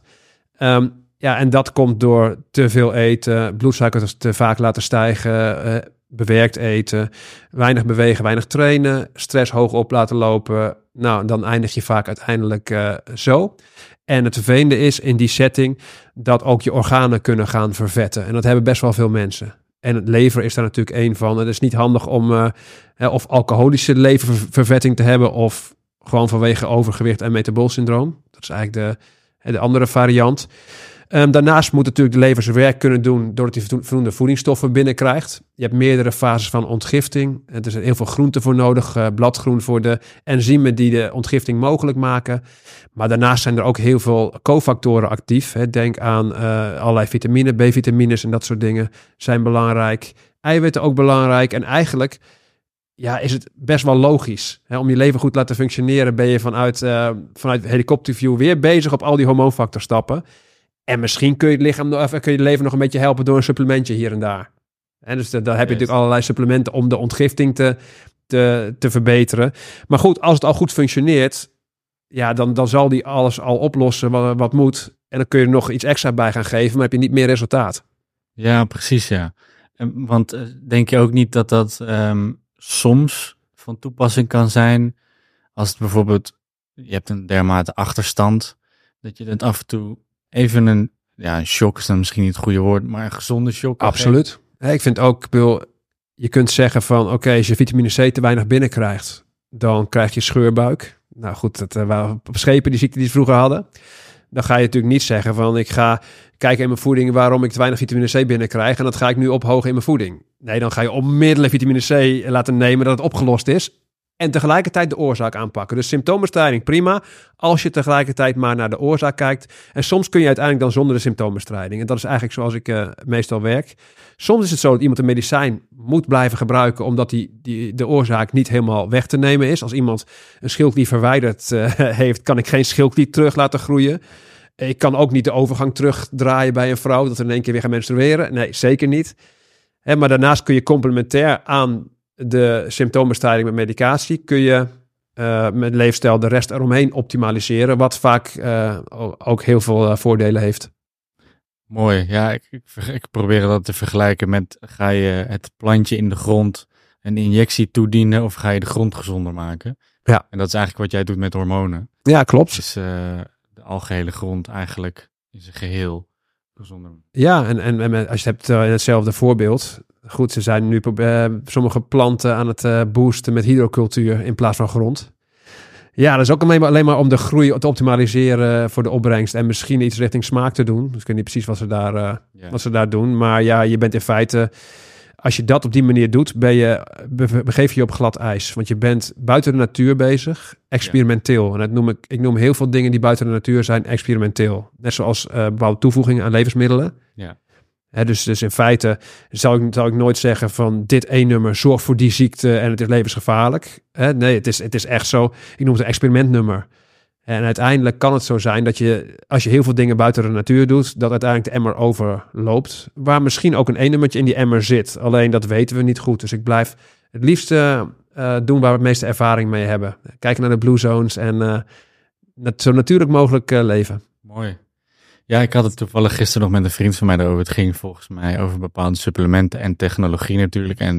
En dat komt door te veel eten, bloedsuiker te vaak laten stijgen, bewerkt eten, weinig bewegen, weinig trainen, stress hoog op laten lopen. Nou, dan eindig je vaak uiteindelijk zo. En het vervelende is in die setting dat ook je organen kunnen gaan vervetten. En dat hebben best wel veel mensen. En het lever is daar natuurlijk één van. Het is niet handig om of alcoholische leververvetting te hebben of gewoon vanwege overgewicht en metaboolsyndroom. Dat is eigenlijk de andere variant. Daarnaast moet natuurlijk de lever zijn werk kunnen doen doordat hij voldoende voedingsstoffen binnenkrijgt. Je hebt meerdere fases van ontgifting. Er zijn heel veel groenten voor nodig. Bladgroen voor de enzymen die de ontgifting mogelijk maken. Maar daarnaast zijn er ook heel veel cofactoren actief. Denk aan allerlei vitamine, B-vitamines en dat soort dingen zijn belangrijk. Eiwitten ook belangrijk. En eigenlijk is het best wel logisch. Om je lever goed te laten functioneren ben je vanuit helikopterview weer bezig op al die hormoonfactorstappen. En misschien kun je het lever nog een beetje helpen door een supplementje hier en daar. En dus daar heb je natuurlijk allerlei supplementen om de ontgifting te verbeteren. Maar goed, als het al goed functioneert, dan zal die alles al oplossen wat moet. En dan kun je er nog iets extra bij gaan geven, maar heb je niet meer resultaat. Ja, precies, ja. Want denk je ook niet dat soms van toepassing kan zijn als het bijvoorbeeld, je hebt een dermate achterstand, dat je het af en toe even een shock is dan misschien niet het goede woord, maar een gezonde shock. Absoluut. Ik vind ook, je kunt zeggen van, oké, als je vitamine C te weinig binnenkrijgt, dan krijg je scheurbuik. Nou goed, dat waren op schepen die ziekte die ze vroeger hadden. Dan ga je natuurlijk niet zeggen van, ik ga kijken in mijn voeding waarom ik te weinig vitamine C binnenkrijg en dat ga ik nu ophogen in mijn voeding. Nee, dan ga je onmiddellijk vitamine C laten nemen dat het opgelost is. En tegelijkertijd de oorzaak aanpakken. Dus symptoombestrijding prima, als je tegelijkertijd maar naar de oorzaak kijkt. En soms kun je uiteindelijk dan zonder de symptoombestrijding. En dat is eigenlijk zoals ik meestal werk. Soms is het zo dat iemand een medicijn moet blijven gebruiken, omdat de oorzaak niet helemaal weg te nemen is. Als iemand een schildklier verwijderd heeft, kan ik geen schildklier terug laten groeien. Ik kan ook niet de overgang terugdraaien bij een vrouw, dat er in één keer weer gaan menstrueren. Nee, zeker niet. Maar daarnaast kun je complementair aan de symptoombestrijding met medicatie, kun je met leefstijl de rest eromheen optimaliseren, wat vaak ook heel veel voordelen heeft. Mooi, ja, ik probeer dat te vergelijken met, ga je het plantje in de grond een injectie toedienen of ga je de grond gezonder maken? Ja. En dat is eigenlijk wat jij doet met hormonen. Ja, klopt. Dus de algehele grond eigenlijk in zijn geheel gezonder. Ja, en als je het hebt hetzelfde voorbeeld. Goed, ze zijn nu sommige planten aan het boosten met hydrocultuur in plaats van grond. Ja, dat is ook alleen maar om de groei te optimaliseren voor de opbrengst en misschien iets richting smaak te doen. Dus ik weet niet precies wat ze daar doen. Maar ja, je bent in feite, als je dat op die manier doet, begeef je op glad ijs. Want je bent buiten de natuur bezig, experimenteel. En ik noem heel veel dingen die buiten de natuur zijn experimenteel. Net zoals bepaalde toevoegingen aan levensmiddelen. Ja. Dus in feite zou ik nooit zeggen van dit één nummer zorgt voor die ziekte en het is levensgevaarlijk. Nee, het is echt zo. Ik noem het een experimentnummer. En uiteindelijk kan het zo zijn dat je, als je heel veel dingen buiten de natuur doet, dat uiteindelijk de emmer overloopt. Waar misschien ook een eenemmertje in die emmer zit. Alleen dat weten we niet goed. Dus ik blijf het liefst doen waar we het meeste ervaring mee hebben. Kijken naar de blue zones en zo natuurlijk mogelijk leven. Mooi. Ja, ik had het toevallig gisteren nog met een vriend van mij erover. Het ging volgens mij over bepaalde supplementen en technologie natuurlijk. En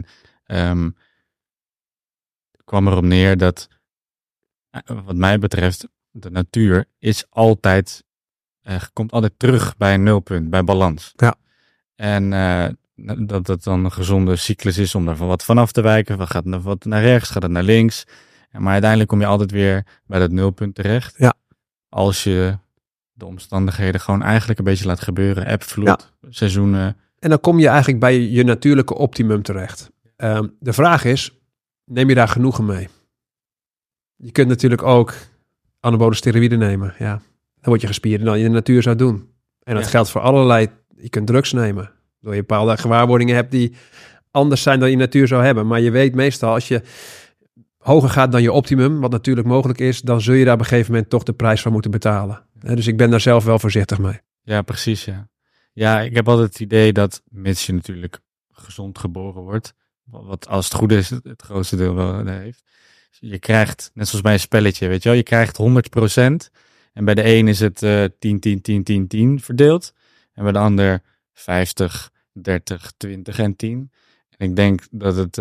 kwam erop neer dat, wat mij betreft, de natuur is altijd, komt altijd terug bij een nulpunt, bij balans. Ja. En dat het dan een gezonde cyclus is om daar van wat vanaf te wijken. Wat naar rechts, gaat het naar links. Maar uiteindelijk kom je altijd weer bij dat nulpunt terecht. Ja. Als je de omstandigheden gewoon eigenlijk een beetje laat gebeuren. Eb, vloed, seizoenen. En dan kom je eigenlijk bij je natuurlijke optimum terecht. De vraag is, neem je daar genoegen mee? Je kunt natuurlijk ook anabole steroïden nemen. Ja. Dan word je gespierder dan je in de natuur zou doen. En dat geldt voor allerlei. Je kunt drugs nemen. Door je bepaalde gewaarwordingen hebt die anders zijn dan je natuur zou hebben. Maar je weet meestal, als je hoger gaat dan je optimum, wat natuurlijk mogelijk is, dan zul je daar op een gegeven moment toch de prijs van moeten betalen. Dus ik ben daar zelf wel voorzichtig mee. Ja, precies, ja. Ja, ik heb altijd het idee dat, mits je natuurlijk gezond geboren wordt, wat als het goed is het grootste deel wel heeft, je krijgt, net zoals bij een spelletje, weet je wel, je krijgt 100% en bij de een is het 10, 10, 10, 10, 10 verdeeld en bij de ander 50, 30, 20 en 10. En ik denk dat het,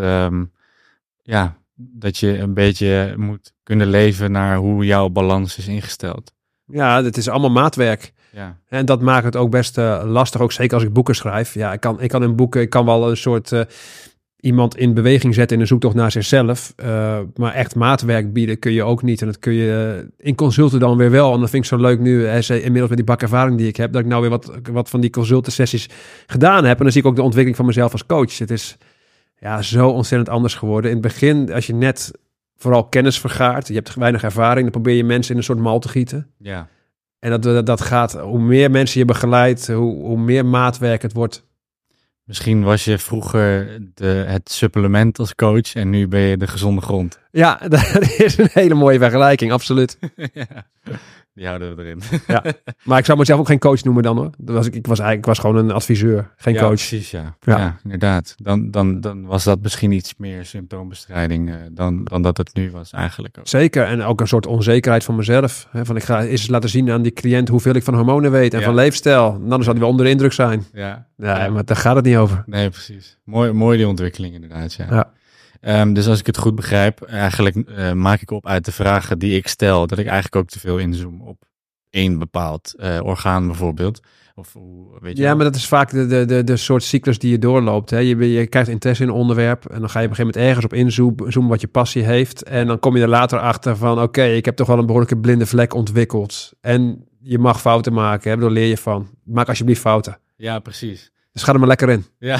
dat je een beetje moet kunnen leven naar hoe jouw balans is ingesteld. Ja, het is allemaal maatwerk. Ja. En dat maakt het ook best lastig, ook zeker als ik boeken schrijf. Ja, ik kan in boeken, ik kan wel een soort iemand in beweging zetten in een zoektocht naar zichzelf. Maar echt maatwerk bieden kun je ook niet. En dat kun je in consulten dan weer wel. En dat vind ik zo leuk nu, inmiddels met die bakervaring die ik heb, dat ik nou weer wat van die consultensessies gedaan heb. En dan zie ik ook de ontwikkeling van mezelf als coach. Het is zo ontzettend anders geworden. In het begin, als je net vooral kennis vergaart, je hebt weinig ervaring, dan probeer je mensen in een soort mal te gieten. Ja. En dat gaat, hoe meer mensen je begeleidt, hoe meer maatwerk het wordt. Misschien was je vroeger het supplement als coach en nu ben je de gezonde grond. Ja, dat is een hele mooie vergelijking, absoluut. Ja, die houden we erin. Ja. Maar ik zou mezelf ook geen coach noemen dan hoor. Ik was gewoon een adviseur, geen coach. Precies, ja, inderdaad. Dan was dat misschien iets meer symptoombestrijding dan dat het nu was eigenlijk ook. Zeker, en ook een soort onzekerheid van mezelf. Van ik ga eens laten zien aan die cliënt hoeveel ik van hormonen weet en van leefstijl. Dan zal hij wel onder de indruk zijn. Ja, maar daar gaat het niet over. Nee, precies. Mooi die ontwikkeling inderdaad, ja. Dus als ik het goed begrijp, eigenlijk maak ik op uit de vragen die ik stel, dat ik eigenlijk ook te veel inzoom op één bepaald orgaan bijvoorbeeld. Of weet je maar dat is vaak de soort cyclus die je doorloopt. Hè. Je krijgt interesse in een onderwerp en dan ga je op een gegeven moment ergens op inzoomen wat je passie heeft. En dan kom je er later achter van oké, ik heb toch wel een behoorlijke blinde vlek ontwikkeld. En je mag fouten maken, hè, daar leer je van. Maak alsjeblieft fouten. Ja, precies. Dus ga er maar lekker in. Ja.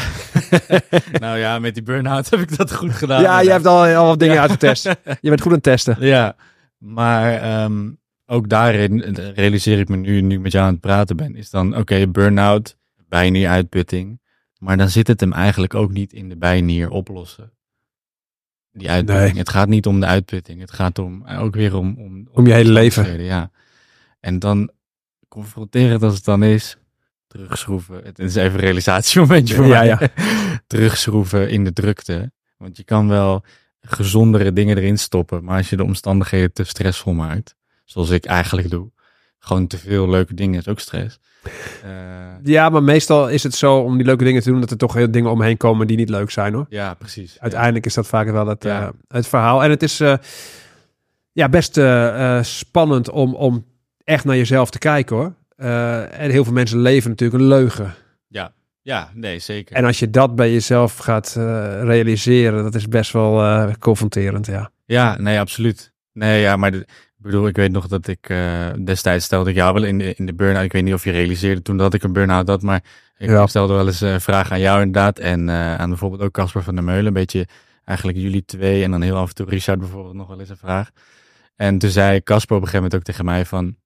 Nou ja, met die burn-out heb ik dat goed gedaan. Ja, je hebt al wat dingen uitgetest. Je bent goed aan het testen. Ja, maar ook daarin realiseer ik me nu met jou aan het praten ben, is dan burn-out, bijnieruitputting. Maar dan zit het hem eigenlijk ook niet in de bijnier oplossen. Die uitputting. Nee. Het gaat niet om de uitputting. Het gaat ook weer om je hele leven. Ja. En dan confronterend als het dan is, terugschroeven. Het is even een realisatiemomentje voor mij. Ja. Terugschroeven in de drukte. Want je kan wel gezondere dingen erin stoppen. Maar als je de omstandigheden te stressvol maakt, zoals ik eigenlijk doe, gewoon te veel leuke dingen is ook stress. Ja, maar meestal is het zo om die leuke dingen te doen, dat er toch heel dingen omheen komen die niet leuk zijn hoor. Ja, precies. Uiteindelijk is dat vaak wel het verhaal. En het is best spannend om echt naar jezelf te kijken hoor. En heel veel mensen leven natuurlijk een leugen. Ja, nee, zeker. En als je dat bij jezelf gaat realiseren, dat is best wel confronterend, ja. Ja, nee, absoluut. Nee, ja, maar ik weet nog dat ik destijds stelde ik jou wel in de burn-out. Ik weet niet of je realiseerde toen dat ik een burn-out had, maar ik stelde wel eens vragen aan jou inderdaad. En aan bijvoorbeeld ook Casper van der Meulen. Een beetje eigenlijk jullie twee en dan heel af en toe Richard bijvoorbeeld nog wel eens een vraag. En toen zei Casper op een gegeven moment ook tegen mij van,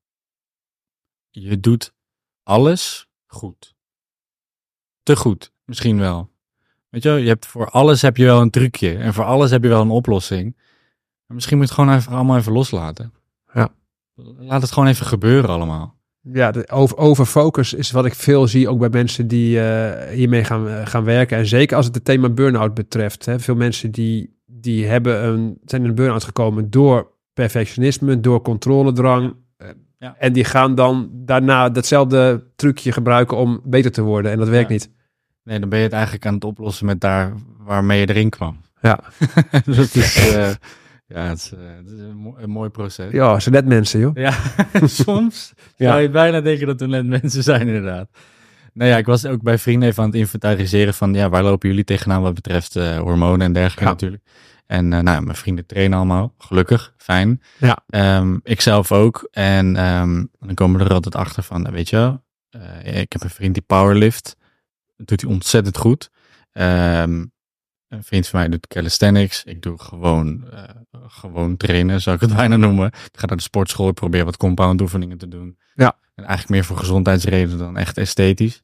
je doet alles goed. Te goed, misschien wel. Weet je voor alles heb je wel een trucje. En voor alles heb je wel een oplossing. Maar misschien moet je het gewoon allemaal even loslaten. Ja. laat het gewoon even gebeuren allemaal. Ja, de overfocus is wat ik veel zie, ook bij mensen die hiermee gaan werken. En zeker als het het thema burn-out betreft. Hè. Veel mensen die zijn in een burn-out gekomen door perfectionisme, door controledrang. Ja. En die gaan dan daarna datzelfde trucje gebruiken om beter te worden. En dat werkt niet. Nee, dan ben je het eigenlijk aan het oplossen met daar waarmee je erin kwam. Ja. Dat is... het is een mooi proces. Ja, ze net mensen, joh. Ja, soms zou je bijna denken dat we net mensen zijn, inderdaad. Nou ja, ik was ook bij vrienden even aan het inventariseren van, waar lopen jullie tegenaan wat betreft hormonen en dergelijke natuurlijk. En mijn vrienden trainen allemaal, gelukkig, fijn. Ja. Ik zelf ook. En dan komen we er altijd achter van, weet je wel, ik heb een vriend die powerlift. Dat doet hij ontzettend goed. Een vriend van mij doet calisthenics. Ik doe gewoon trainen, zou ik het bijna noemen. Ik ga naar de sportschool, ik probeer wat compound oefeningen te doen. Ja. En eigenlijk meer voor gezondheidsredenen dan echt esthetisch.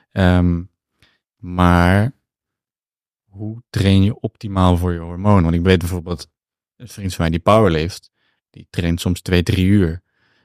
Maar hoe train je optimaal voor je hormonen? Want ik weet bijvoorbeeld, een vriend van mij die powerlift, die traint soms 2-3 uur.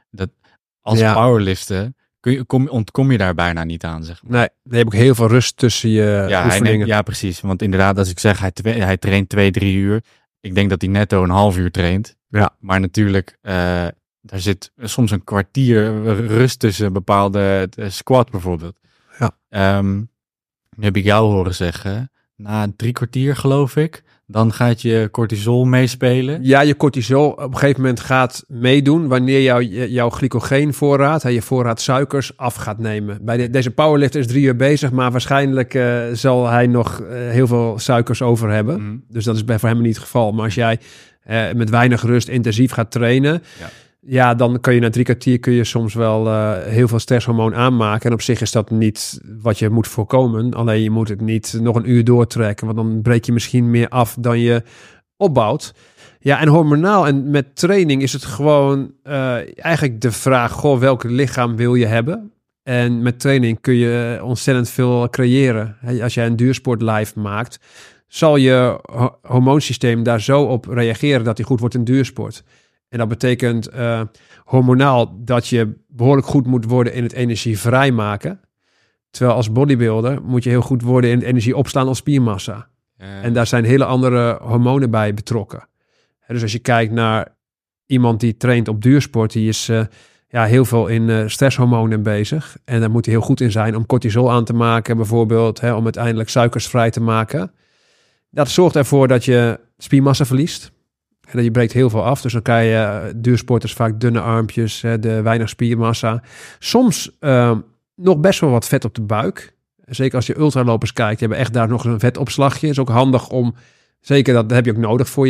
Als powerliften ontkom je daar bijna niet aan, zeg maar. Nee, je hebt ook heel veel rust tussen je oefeningen. Ja, precies. Want inderdaad, als ik zeg, hij traint 2-3 uur. Ik denk dat hij netto een half uur traint. Ja. Maar natuurlijk, daar zit soms een kwartier rust tussen bepaalde squat bijvoorbeeld. Ja. Nu heb ik jou horen zeggen, na 3 kwartier geloof ik, dan gaat je cortisol meespelen. Ja, je cortisol op een gegeven moment gaat meedoen wanneer jouw glycogeenvoorraad, je voorraad suikers, af gaat nemen. Bij deze powerlifter is 3 uur bezig, maar waarschijnlijk zal hij nog heel veel suikers over hebben. Mm. Dus dat is voor hem niet het geval. Maar als jij met weinig rust intensief gaat trainen, dan kun je na 3 kwartier soms wel heel veel stresshormoon aanmaken. En op zich is dat niet wat je moet voorkomen. Alleen je moet het niet nog een uur doortrekken, want dan breek je misschien meer af dan je opbouwt. Ja, en hormonaal en met training is het gewoon eigenlijk de vraag, welk lichaam wil je hebben? En met training kun je ontzettend veel creëren. Als jij een duursportlijf maakt, zal je hormoonsysteem daar zo op reageren dat hij goed wordt in duursport. En dat betekent hormonaal dat je behoorlijk goed moet worden in het energie vrijmaken. Terwijl als bodybuilder moet je heel goed worden in het energie opslaan als spiermassa. En daar zijn hele andere hormonen bij betrokken. Dus als je kijkt naar iemand die traint op duursport, die is heel veel in stresshormonen bezig. En daar moet hij heel goed in zijn om cortisol aan te maken, bijvoorbeeld, om uiteindelijk suikers vrij te maken. Dat zorgt ervoor dat je spiermassa verliest. En je breekt heel veel af, dus dan krijg je duursporters vaak dunne armpjes, weinig spiermassa. Soms nog best wel wat vet op de buik. Zeker als je ultralopers kijkt, die hebben echt daar nog een vetopslagje. Is ook handig om, zeker dat heb je ook nodig voor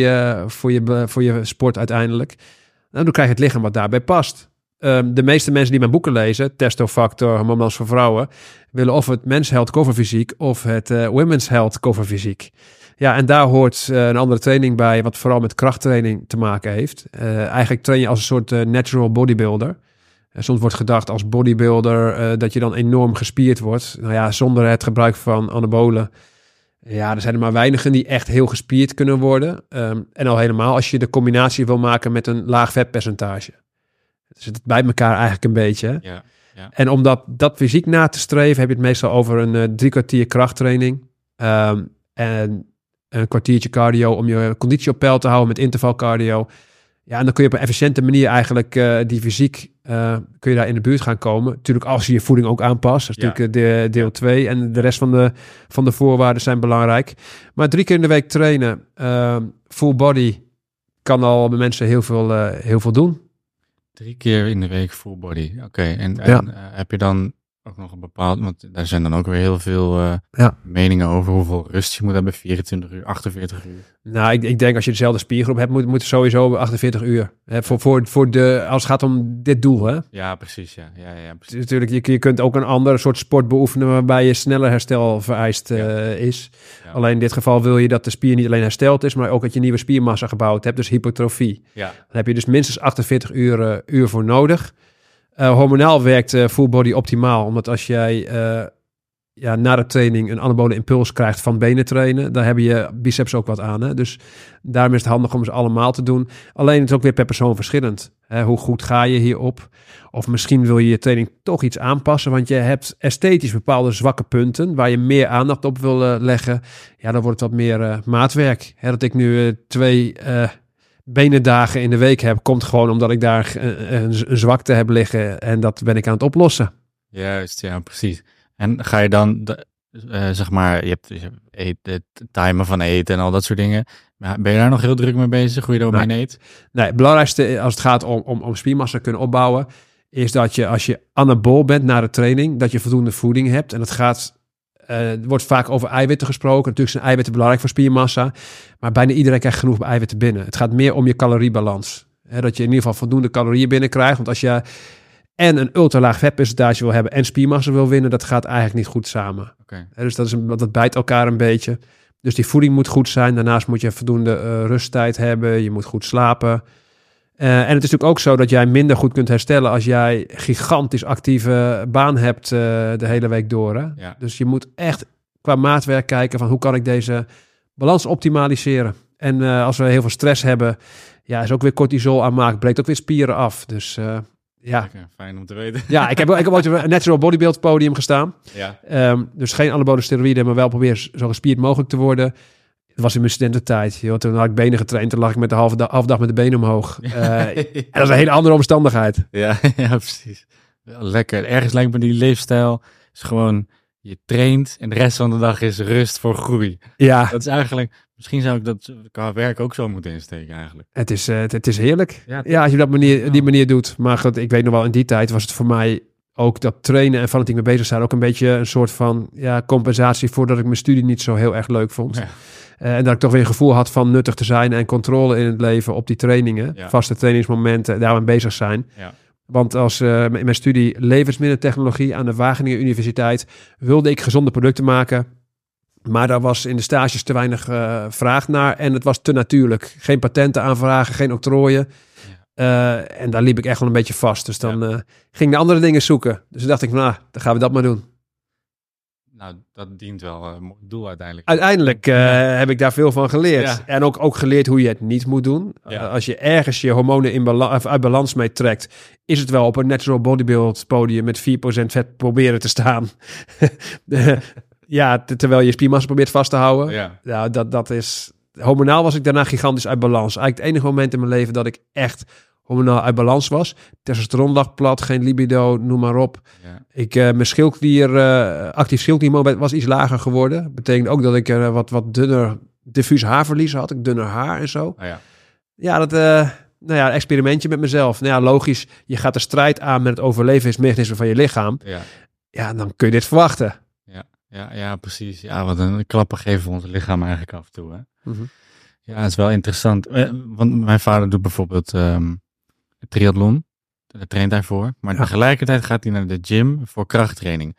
je sport uiteindelijk. En dan krijg je het lichaam wat daarbij past. De meeste mensen die mijn boeken lezen, Testofactor, Hormoonbalans voor vrouwen, willen of het Men's Health Cover Fysiek of het Women's Health Cover Fysiek. Ja, en daar hoort een andere training bij, wat vooral met krachttraining te maken heeft. Eigenlijk train je als een soort natural bodybuilder. Soms wordt gedacht als bodybuilder dat je dan enorm gespierd wordt. Nou ja, zonder het gebruik van anabolen. Ja, er zijn er maar weinigen die echt heel gespierd kunnen worden. En al helemaal als je de combinatie wil maken met een laag vetpercentage. Dus het bij elkaar eigenlijk een beetje. Hè? Ja. En om dat fysiek na te streven, heb je het meestal over een 3 kwartier krachttraining. En een kwartiertje cardio om je conditie op peil te houden met intervalcardio. Ja, en dan kun je op een efficiënte manier eigenlijk die fysiek, kun je daar in de buurt gaan komen. Natuurlijk als je je voeding ook aanpast. Dat is natuurlijk de deel 2. En de rest van de voorwaarden zijn belangrijk. Maar 3 keer in de week trainen, full body, kan al bij mensen heel veel doen. 3 keer in de week full body. Oké. En heb je dan ook nog een bepaald, want daar zijn dan ook weer heel veel meningen over hoeveel rust je moet hebben, 24 uur, 48 uur. Nou, ik denk als je dezelfde spiergroep hebt, moet het sowieso 48 uur. Hè, als het gaat om dit doel, hè? Ja, precies, ja precies. Natuurlijk, je kunt ook een ander soort sport beoefenen waarbij je sneller herstel vereist is. Ja. Alleen in dit geval wil je dat de spier niet alleen hersteld is, maar ook dat je nieuwe spiermassa gebouwd hebt, dus hypertrofie. Ja. Dan heb je dus minstens 48 uur voor nodig. Hormonaal werkt full body optimaal, omdat als jij na de training een anabole impuls krijgt van benen trainen, daar hebben je biceps ook wat aan. Hè? Dus daarom is het handig om ze allemaal te doen. Alleen het is ook weer per persoon verschillend. Hoe goed ga je hierop? Of misschien wil je je training toch iets aanpassen, want je hebt esthetisch bepaalde zwakke punten waar je meer aandacht op wil leggen. Ja, dan wordt het wat meer maatwerk. Dat ik nu 2 benendagen in de week heb, komt gewoon omdat ik daar een zwakte heb liggen en dat ben ik aan het oplossen. Juist, ja, precies. En ga je dan, zeg maar, je hebt het timen van eten en al dat soort dingen. Maar ben je daar nog heel druk mee bezig, hoe je er omheen eet? Nee, het belangrijkste als het gaat om spiermassa kunnen opbouwen, is dat je als je anabool bent na de training, dat je voldoende voeding hebt. En dat gaat, er wordt vaak over eiwitten gesproken. Natuurlijk zijn eiwitten belangrijk voor spiermassa, maar bijna iedereen krijgt genoeg eiwitten binnen. Het gaat meer om je caloriebalans. Dat je in ieder geval voldoende calorieën binnenkrijgt. Want als je en een ultralaag vetpercentage wil hebben en spiermassa wil winnen, dat gaat eigenlijk niet goed samen. Okay. Dus dat bijt elkaar een beetje. Dus die voeding moet goed zijn. Daarnaast moet je voldoende rusttijd hebben. Je moet goed slapen. En het is natuurlijk ook zo dat jij minder goed kunt herstellen als jij gigantisch actieve baan hebt de hele week door. Hè? Ja. Dus je moet echt qua maatwerk kijken van hoe kan ik deze balans optimaliseren. En als we heel veel stress hebben, ja, is ook weer cortisol aanmaakt, breekt ook weer spieren af. Dus ja. Okay, fijn om te weten. Ja, ik heb ooit een natural bodybuild podium gestaan. Ja. Dus geen anabole steroïden, maar wel proberen zo gespierd mogelijk te worden. Het was in mijn studententijd. Joh. Toen had ik benen getraind. Toen lag ik met de halve dag met de benen omhoog. En dat is een hele andere omstandigheid. Ja, ja, precies. Wel lekker. Ergens lijkt me die leefstijl is gewoon, je traint en de rest van de dag is rust voor groei. Ja. Dat is eigenlijk, misschien zou ik dat qua werk ook zo moeten insteken eigenlijk. Het is heerlijk. Ja, als je dat die manier doet. Maar goed, ik weet nog wel, in die tijd was het voor mij ook dat trainen en fanatiek mee bezig zijn ook een beetje een soort van compensatie voor dat ik mijn studie niet zo heel erg leuk vond. Ja. En dat ik toch weer een gevoel had van nuttig te zijn en controle in het leven op die trainingen. Ja. Vaste trainingsmomenten, daarmee bezig zijn. Ja. Want als in mijn studie levensmiddeltechnologie aan de Wageningen Universiteit wilde ik gezonde producten maken. Maar daar was in de stages te weinig vraag naar en het was te natuurlijk. Geen patenten aanvragen, geen octrooien. Ja. En daar liep ik echt wel een beetje vast. Dus dan ging ik de andere dingen zoeken. Dus toen dacht ik, dan gaan we dat maar doen. Nou, dat dient wel een mooi doel uiteindelijk. Uiteindelijk heb ik daar veel van geleerd. Ja. En ook geleerd hoe je het niet moet doen. Ja. Als je ergens je hormonen uit balans mee trekt, is het wel op een natural bodybuild podium met 4% vet proberen te staan. Terwijl je spiermassa probeert vast te houden. Ja. Ja, dat is... Hormonaal was ik daarna gigantisch uit balans. Eigenlijk het enige moment in mijn leven dat ik echt hormonaal uit balans was. Testosteron lag plat, geen libido, noem maar op. Ja. Mijn schildklier, actief schildkliermoment was iets lager geworden. Dat betekent ook dat ik wat dunner, diffuus haarverlies had. Ik dunner haar en zo. Een experimentje met mezelf. Logisch, je gaat de strijd aan met het overlevingsmechanisme van je lichaam. Ja, dan kun je dit verwachten. Ja, precies. Ja, wat een klappen geven voor ons lichaam eigenlijk af en toe. Hè? Mm-hmm. Ja, het is wel interessant. Want mijn vader doet bijvoorbeeld triathlon. Daar traint hij voor. Maar tegelijkertijd gaat hij naar de gym voor krachttraining.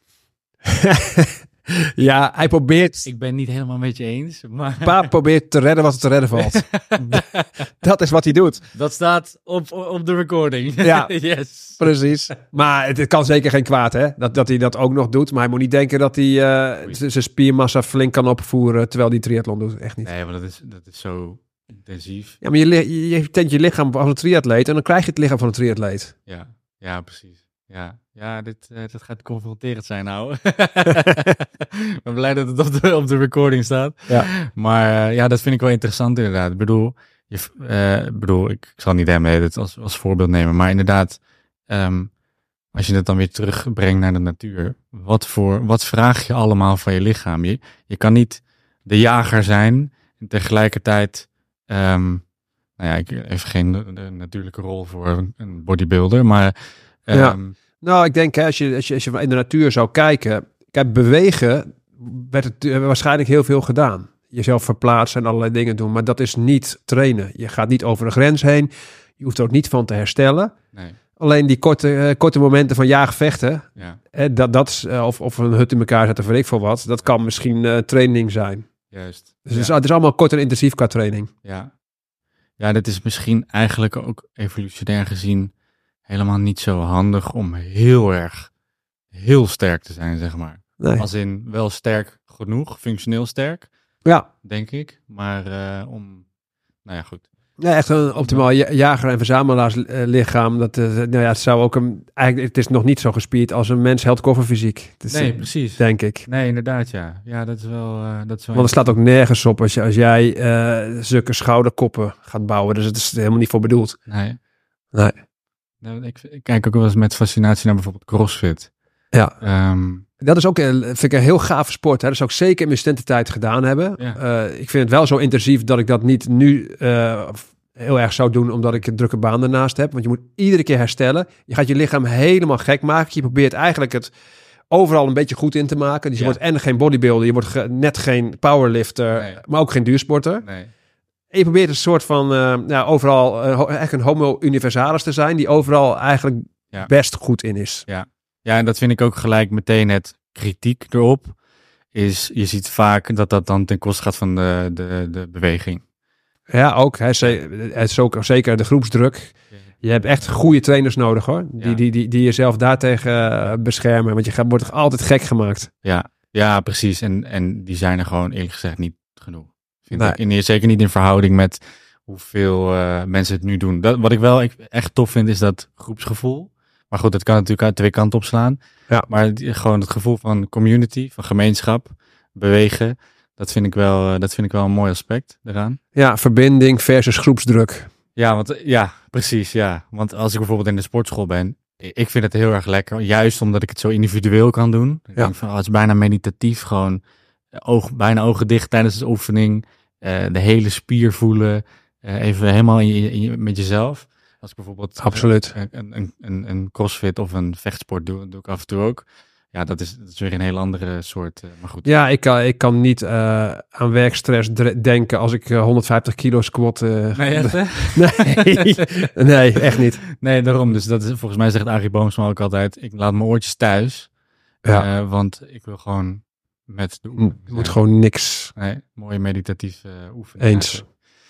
Ja, hij probeert... Ik ben niet helemaal met je eens. Maar... Pa probeert te redden wat er te redden valt. Dat is wat hij doet. Dat staat op de recording. Ja, yes. Precies. Maar het kan zeker geen kwaad, hè? Dat hij dat ook nog doet. Maar hij moet niet denken dat hij zijn spiermassa flink kan opvoeren terwijl hij triathlon doet. Echt niet. Nee, maar dat is zo intensief. Ja, maar je tent je lichaam van een triatleet en dan krijg je het lichaam van een triatleet. Ja, precies. Ja, dit gaat confronterend zijn nou. Ik ben blij dat het op de recording staat. Ja. Maar dat vind ik wel interessant inderdaad. Ik bedoel, ik zal niet hem het als voorbeeld nemen. Maar inderdaad, als je het dan weer terugbrengt naar de natuur. Wat vraag je allemaal van je lichaam? Je kan niet de jager zijn en tegelijkertijd... ik heb geen natuurlijke rol voor een bodybuilder, maar... Nou, ik denk, als je in de natuur zou kijken... Kijk, bewegen werd het waarschijnlijk heel veel gedaan. Jezelf verplaatsen en allerlei dingen doen. Maar dat is niet trainen. Je gaat niet over een grens heen. Je hoeft er ook niet van te herstellen. Nee. Alleen die korte momenten van jaagvechten... of een hut in elkaar zetten, weet ik veel wat... dat kan misschien training zijn. Juist. Dus het is allemaal kort en intensief qua training. Ja, dat is misschien eigenlijk ook evolutionair gezien... helemaal niet zo handig om heel sterk te zijn, zeg maar. Nee. Als in wel sterk genoeg, functioneel sterk. Ja. Denk ik. Maar goed. Ja, echt een optimaal jager- en verzamelaarslichaam. Het zou ook eigenlijk, het is nog niet zo gespierd als een mens heldkoffer fysiek. Nee, precies. Denk ik. Nee, inderdaad, ja. Ja, dat is wel... Want het slaat ook nergens op als jij zulke schouderkoppen gaat bouwen. Dus het is helemaal niet voor bedoeld. Nee. Nee. Nou, ik kijk ook wel eens met fascinatie naar bijvoorbeeld CrossFit. Ja. Dat is ook, vind ik, een heel gaaf sport. Hè? Dat zou ik zeker in mijn studententijd gedaan hebben. Ja. Ik vind het wel zo intensief dat ik dat niet nu heel erg zou doen, omdat ik een drukke baan ernaast heb. Want je moet iedere keer herstellen. Je gaat je lichaam helemaal gek maken. Je probeert eigenlijk het overal een beetje goed in te maken. Dus je wordt en geen bodybuilder, je wordt net geen powerlifter, maar ook geen duursporter. Nee. En je probeert een soort van overal echt een homo universalis te zijn, die overal eigenlijk best goed in is. Ja. Ja, en dat vind ik ook gelijk meteen het kritiek erop. Je ziet vaak dat dan ten koste gaat van de beweging. Ja, ook. Het is ook zeker de groepsdruk. Je hebt echt goede trainers nodig, hoor. Die jezelf daartegen beschermen. Want je wordt altijd gek gemaakt. Ja, precies. En die zijn er gewoon eerlijk gezegd niet genoeg. Vind ik. En zeker niet in verhouding met hoeveel mensen het nu doen. Wat ik wel echt tof vind, is dat groepsgevoel. Maar goed, dat kan natuurlijk uit twee kanten opslaan. Ja. Maar gewoon het gevoel van community, van gemeenschap, bewegen. Dat vind ik wel een mooi aspect eraan. Ja, verbinding versus groepsdruk. Ja, precies. Ja. Want als ik bijvoorbeeld in de sportschool ben, ik vind het heel erg lekker. Juist omdat ik het zo individueel kan doen. Ik denk van, het is bijna meditatief. Gewoon bijna ogen dicht tijdens de oefening. De hele spier voelen. Even helemaal met jezelf. Als ik bijvoorbeeld absoluut een crossfit of een vechtsport doe ik af en toe ook. Ja, dat is weer een hele andere soort. Maar goed. Ja, ik kan niet aan werkstress denken als ik 150 kilo squat. Nee, echt, hè? Nee, echt niet. Nee, daarom. Dus dat is, volgens mij zegt Arie Boomsma ook altijd, ik laat mijn oortjes thuis. Want ik wil gewoon met de oefening. Je moet gewoon niks. Nee, mooie meditatieve oefening. Eens.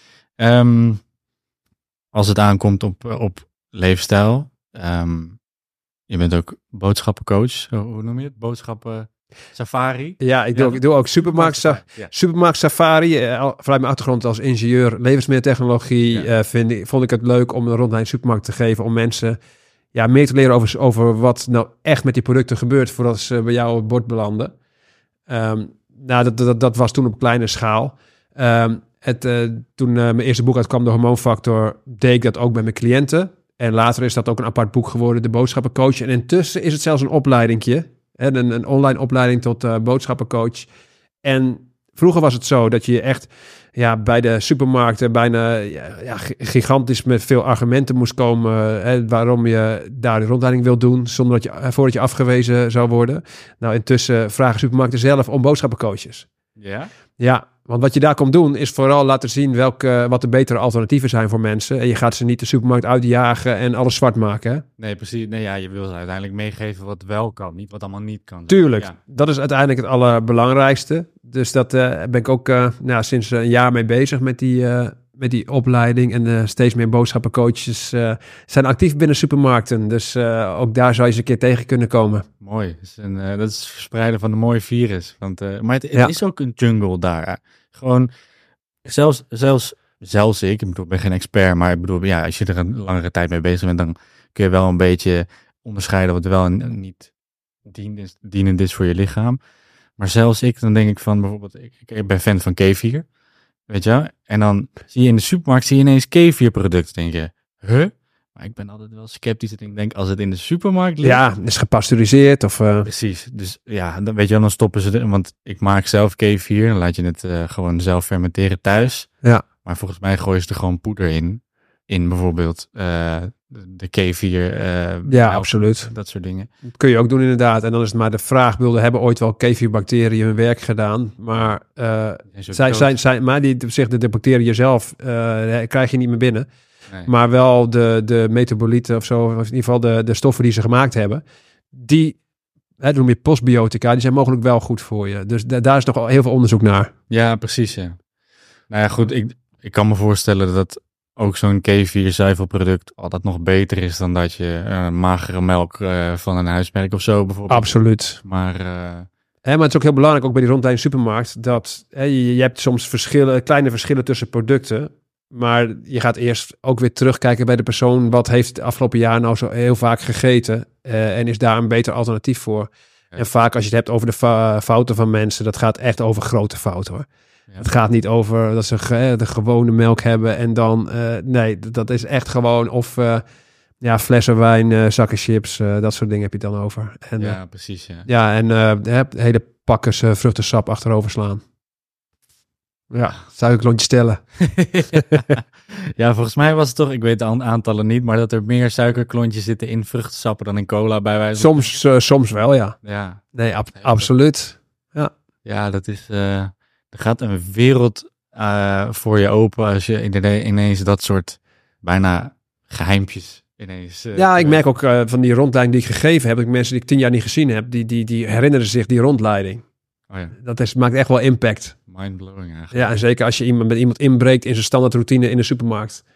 Als het aankomt op leefstijl. Je bent ook boodschappencoach. Hoe noem je het? Boodschappen safari. Ja, ik doe ook supermarkt safari. Vanuit mijn achtergrond als ingenieur levensmiddeltechnologie vond ik het leuk om een rondleiding supermarkt te geven. Om mensen meer te leren over wat nou echt met die producten gebeurt voordat ze bij jou op het bord belanden. Dat was toen op kleine schaal. Toen mijn eerste boek uitkwam, De Hormoonfactor, deed ik dat ook bij mijn cliënten. En later is dat ook een apart boek geworden, De Boodschappencoach. En intussen is het zelfs een opleidingje. Een online opleiding tot boodschappencoach. En vroeger was het zo dat je echt bij de supermarkten bijna gigantisch met veel argumenten moest komen. Waarom je daar de rondleiding wil doen, voordat je afgewezen zou worden. Nou, intussen vragen supermarkten zelf om boodschappencoaches. Ja? Ja, want wat je daar komt doen is vooral laten zien wat de betere alternatieven zijn voor mensen. En je gaat ze niet de supermarkt uitjagen en alles zwart maken. Hè? Nee, precies. Nee, je wil ze uiteindelijk meegeven wat wel kan, niet wat allemaal niet kan. Tuurlijk, dat is uiteindelijk het allerbelangrijkste. Dus dat ben ik ook sinds een jaar mee bezig met die opleiding. En steeds meer boodschappencoaches zijn actief binnen supermarkten. Dus ook daar zou je eens een keer tegen kunnen komen. Mooi. Dat is het verspreiden van een mooi virus. Maar het is ook een jungle daar. Gewoon, zelfs ik bedoel, ik ben geen expert, maar ik bedoel, als je er een langere tijd mee bezig bent, dan kun je wel een beetje onderscheiden wat wel en niet dienend is voor je lichaam. Maar zelfs dan denk ik van bijvoorbeeld, ik ben fan van kefir, weet je wel? En dan zie je in de supermarkt ineens kefirproducten, denk je, huh? Maar ik ben altijd wel sceptisch. Ik denk, als het in de supermarkt ligt... Ja, is gepasteuriseerd of... Precies. Dus dan weet je wel, dan stoppen ze er. Want ik maak zelf kefir. Dan laat je het gewoon zelf fermenteren thuis. Ja. Maar volgens mij gooien ze er gewoon poeder in. In bijvoorbeeld de kefir. Absoluut. Dat soort dingen. Dat kun je ook doen inderdaad. En dan is het maar de vraag, hebben ooit wel kefirbacteriën hun werk gedaan? Maar de bacteriën zelf krijg je niet meer binnen. Nee. Maar wel de metabolieten of zo, of in ieder geval de stoffen die ze gemaakt hebben, die, dat noem je postbiotica, die zijn mogelijk wel goed voor je. Dus daar is nog heel veel onderzoek naar. Ja, precies. Ja. Nou ja, goed, ik kan me voorstellen dat ook zo'n kefir-zuivelproduct altijd nog beter is dan dat je magere melk van een huismerk of zo bijvoorbeeld. Absoluut. Maar het is ook heel belangrijk, ook bij die rondleiding supermarkt, dat je hebt soms kleine verschillen tussen producten. Maar je gaat eerst ook weer terugkijken bij de persoon. Wat heeft het afgelopen jaar nou zo heel vaak gegeten? En is daar een beter alternatief voor? Ja. En vaak als je het hebt over de fouten van mensen, dat gaat echt over grote fouten hoor. Ja. Het gaat niet over dat ze de gewone melk hebben en dan... nee, dat is echt gewoon of flessen wijn, zakken chips, dat soort dingen heb je het dan over. En, ja, precies. Ja, ja en hele pakkers vruchtensap achterover slaan. Ja, suikerklontjes stellen. Ja, volgens mij was het toch, ik weet de aantallen niet, maar dat er meer suikerklontjes zitten in vruchtensappen dan in cola bij wijze van... Soms wel, ja. Nee, absoluut. Ja, dat is... er gaat een wereld voor je open als je ineens dat soort bijna geheimpjes ineens... ik merk ook van die rondleiding die ik gegeven heb, dat ik mensen die ik 10 jaar niet gezien heb, die herinneren zich die rondleiding. Oh ja. Dat maakt echt wel impact. Mindblowing eigenlijk. Ja, en zeker als je met iemand inbreekt in zijn standaardroutine in de supermarkt.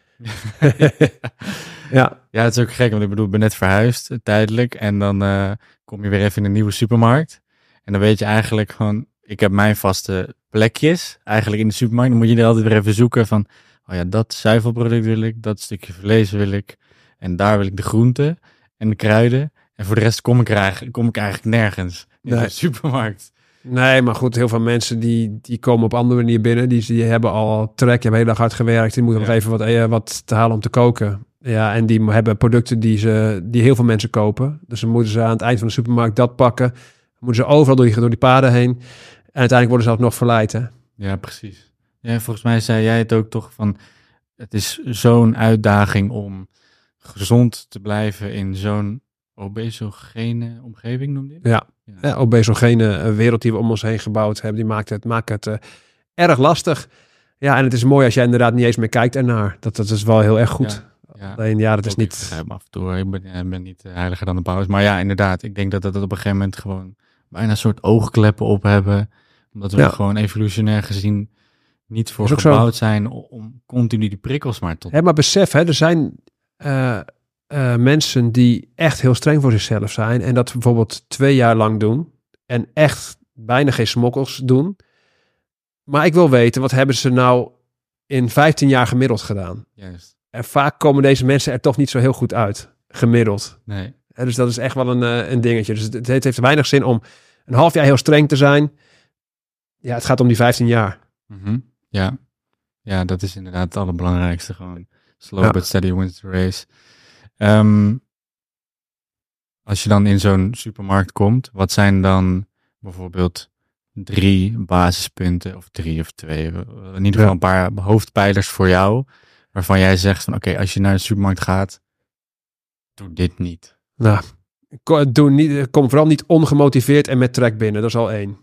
Ja, het is ook gek, want ik bedoel, ik ben net verhuisd tijdelijk en dan kom je weer even in een nieuwe supermarkt. En dan weet je eigenlijk gewoon, ik heb mijn vaste plekjes eigenlijk in de supermarkt. Dan moet je er altijd weer even zoeken van, oh ja, dat zuivelproduct wil ik, dat stukje vlees wil ik. En daar wil ik de groenten en de kruiden. En voor de rest kom ik eigenlijk nergens in de supermarkt. Nee, maar goed, heel veel mensen die komen op andere manier binnen. Die hebben al trek, die hebben heel erg hard gewerkt. Die moeten nog even wat te halen om te koken. Ja, en die hebben producten die heel veel mensen kopen. Dus dan moeten ze aan het eind van de supermarkt dat pakken. Dan moeten ze overal door die paden heen. En uiteindelijk worden ze ook nog verleid, hè? Ja, precies. Ja, volgens mij zei jij het ook toch van... Het is zo'n uitdaging om gezond te blijven in zo'n obesogene omgeving, noem je dit? Ja, obesogene wereld die we om ons heen gebouwd hebben, die maakt het erg lastig. Ja, en het is mooi als jij inderdaad niet eens meer kijkt ernaar. Dat is wel heel erg goed. Ja. Alleen, dat is niet... Af en toe, ik ben niet heiliger dan de paus. Maar ja, inderdaad, ik denk dat op een gegeven moment gewoon bijna een soort oogkleppen op hebben. Omdat we gewoon evolutionair gezien niet voor gebouwd zijn om continu die prikkels maar tot... Maar besef, er zijn... mensen die echt heel streng voor zichzelf zijn en dat bijvoorbeeld 2 jaar lang doen en echt bijna geen smokkels doen. Maar ik wil weten, wat hebben ze nou in 15 jaar gemiddeld gedaan? Juist. En vaak komen deze mensen er toch niet zo heel goed uit, gemiddeld. Nee. Dus dat is echt wel een dingetje. Dus het heeft weinig zin om een half jaar heel streng te zijn. Ja, het gaat om die 15 jaar. Mm-hmm. Ja, dat is inderdaad het allerbelangrijkste. Gewoon slow but steady wins the race. Als je dan in zo'n supermarkt komt, wat zijn dan bijvoorbeeld 3 basispunten of 3 of 2, in ieder geval een paar hoofdpijlers voor jou, waarvan jij zegt van oké, als je naar de supermarkt gaat, doe dit niet. Nou, kom vooral niet ongemotiveerd en met trek binnen, dat is al 1.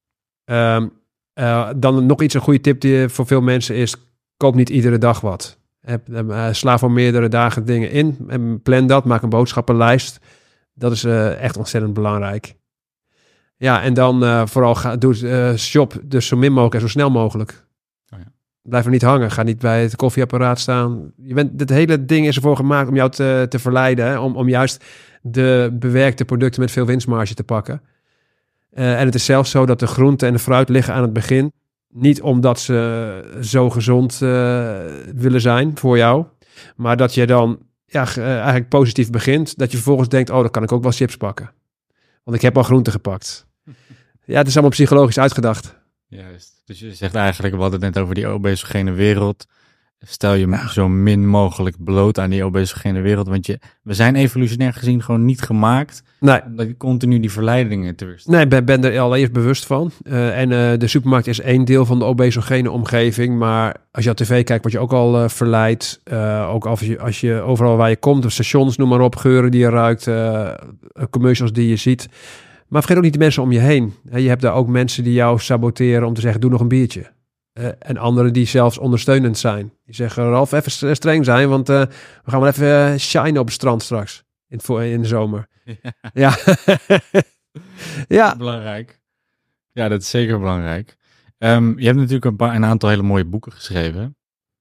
Dan nog iets, een goede tip die voor veel mensen is, koop niet iedere dag wat. Sla voor meerdere dagen dingen in en plan dat, maak een boodschappenlijst. Dat is echt ontzettend belangrijk. Ja, en dan vooral shop dus zo min mogelijk en zo snel mogelijk. Oh ja. Blijf er niet hangen, ga niet bij het koffieapparaat staan. Het hele ding is ervoor gemaakt om jou te verleiden, hè? Om juist de bewerkte producten met veel winstmarge te pakken. En het is zelfs zo dat de groenten en de fruit liggen aan het begin. Niet omdat ze zo gezond willen zijn voor jou. Maar dat je dan eigenlijk positief begint. Dat je vervolgens denkt, dan kan ik ook wel chips pakken. Want ik heb al groenten gepakt. Ja, het is allemaal psychologisch uitgedacht. Juist. Dus je zegt eigenlijk, we hadden het net over die obesogene wereld. Stel je zo min mogelijk bloot aan die obesogene wereld. Want we zijn evolutionair gezien gewoon niet gemaakt... om continu die verleidingen te weerstaan. Nee, ben er allereerst bewust van. De supermarkt is 1 deel van de obesogene omgeving. Maar als je op tv kijkt, word je ook al verleid. Ook als je overal waar je komt, op stations, noem maar op, geuren die je ruikt, commercials die je ziet. Maar vergeet ook niet de mensen om je heen. Je hebt daar ook mensen die jou saboteren om te zeggen, doe nog een biertje. En anderen die zelfs ondersteunend zijn. Die zeggen, Ralf, even streng zijn, want we gaan wel even shinen op het strand straks. In de zomer. Ja. Ja. Belangrijk. Ja, dat is zeker belangrijk. Je hebt natuurlijk een aantal hele mooie boeken geschreven.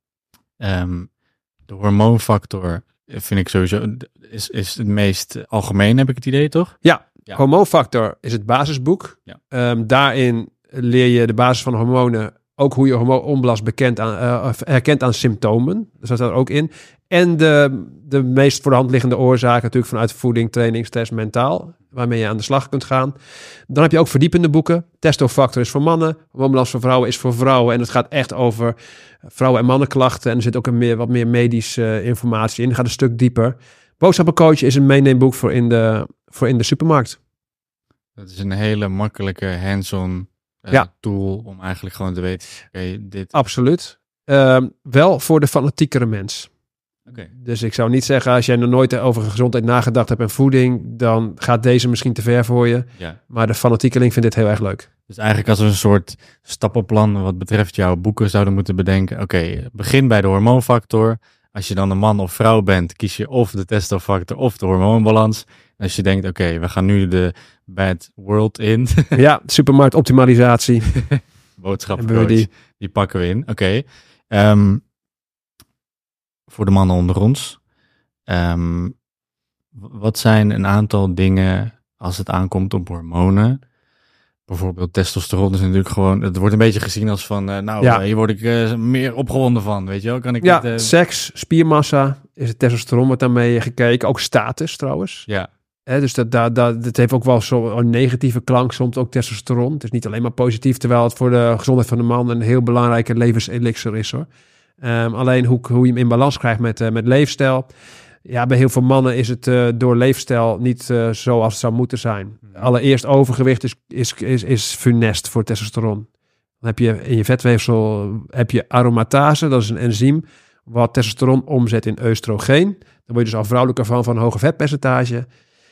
De hormoonfactor vind ik sowieso is het meest algemeen, heb ik het idee, toch? Ja. Hormoonfactor is het basisboek. Ja. Daarin leer je de basis van hormonen Ook hoe je hormoonbalans herkent aan symptomen. Dat staat er ook in. En de meest voor de hand liggende oorzaken natuurlijk vanuit voeding, training, stress, mentaal. Waarmee je aan de slag kunt gaan. Dan heb je ook verdiepende boeken. Testofactor is voor mannen. Hormoonbalans voor vrouwen is voor vrouwen. En het gaat echt over vrouwen- en mannenklachten. En er zit ook wat meer medische informatie in. Het gaat een stuk dieper. Boodschappencoach is een meeneemboek voor in de supermarkt. Dat is een hele makkelijke hands-on tool om eigenlijk gewoon te weten. Dit. Absoluut. Wel voor de fanatiekere mens. Okay. Dus ik zou niet zeggen, als jij nog nooit over gezondheid nagedacht hebt en voeding, dan gaat deze misschien te ver voor je. Ja. Maar de fanatiekeling vindt dit heel erg leuk. Dus eigenlijk als we een soort stappenplan wat betreft jouw boeken zouden moeten bedenken. Oké, begin bij de hormoonfactor. Als je dan een man of vrouw bent, kies je of de testofactor of de hormoonbalans. En als je denkt, oké, we gaan nu de bad world in. Ja, supermarktoptimalisatie. Boodschappencoach, die pakken we in. Oké. Voor de mannen onder ons. Wat zijn een aantal dingen als het aankomt op hormonen? Bijvoorbeeld testosteron is natuurlijk gewoon... Het wordt een beetje gezien als van... hier word ik meer opgewonden van, weet je wel? Kan ik seks, spiermassa is het testosteron wat daarmee gekeken. Ook status trouwens. Ja. Dus dat heeft ook wel zo'n negatieve klank, soms ook testosteron. Het is niet alleen maar positief, terwijl het voor de gezondheid van de man een heel belangrijke levenselixer is, hoor. Alleen hoe je hem in balans krijgt met leefstijl. Ja, bij heel veel mannen is het door leefstijl niet zoals het zou moeten zijn. Allereerst overgewicht is funest voor testosteron. Dan heb je in je vetweefsel aromatase, dat is een enzym wat testosteron omzet in oestrogeen. Daar word je dus al vrouwelijker van een hoge vetpercentage.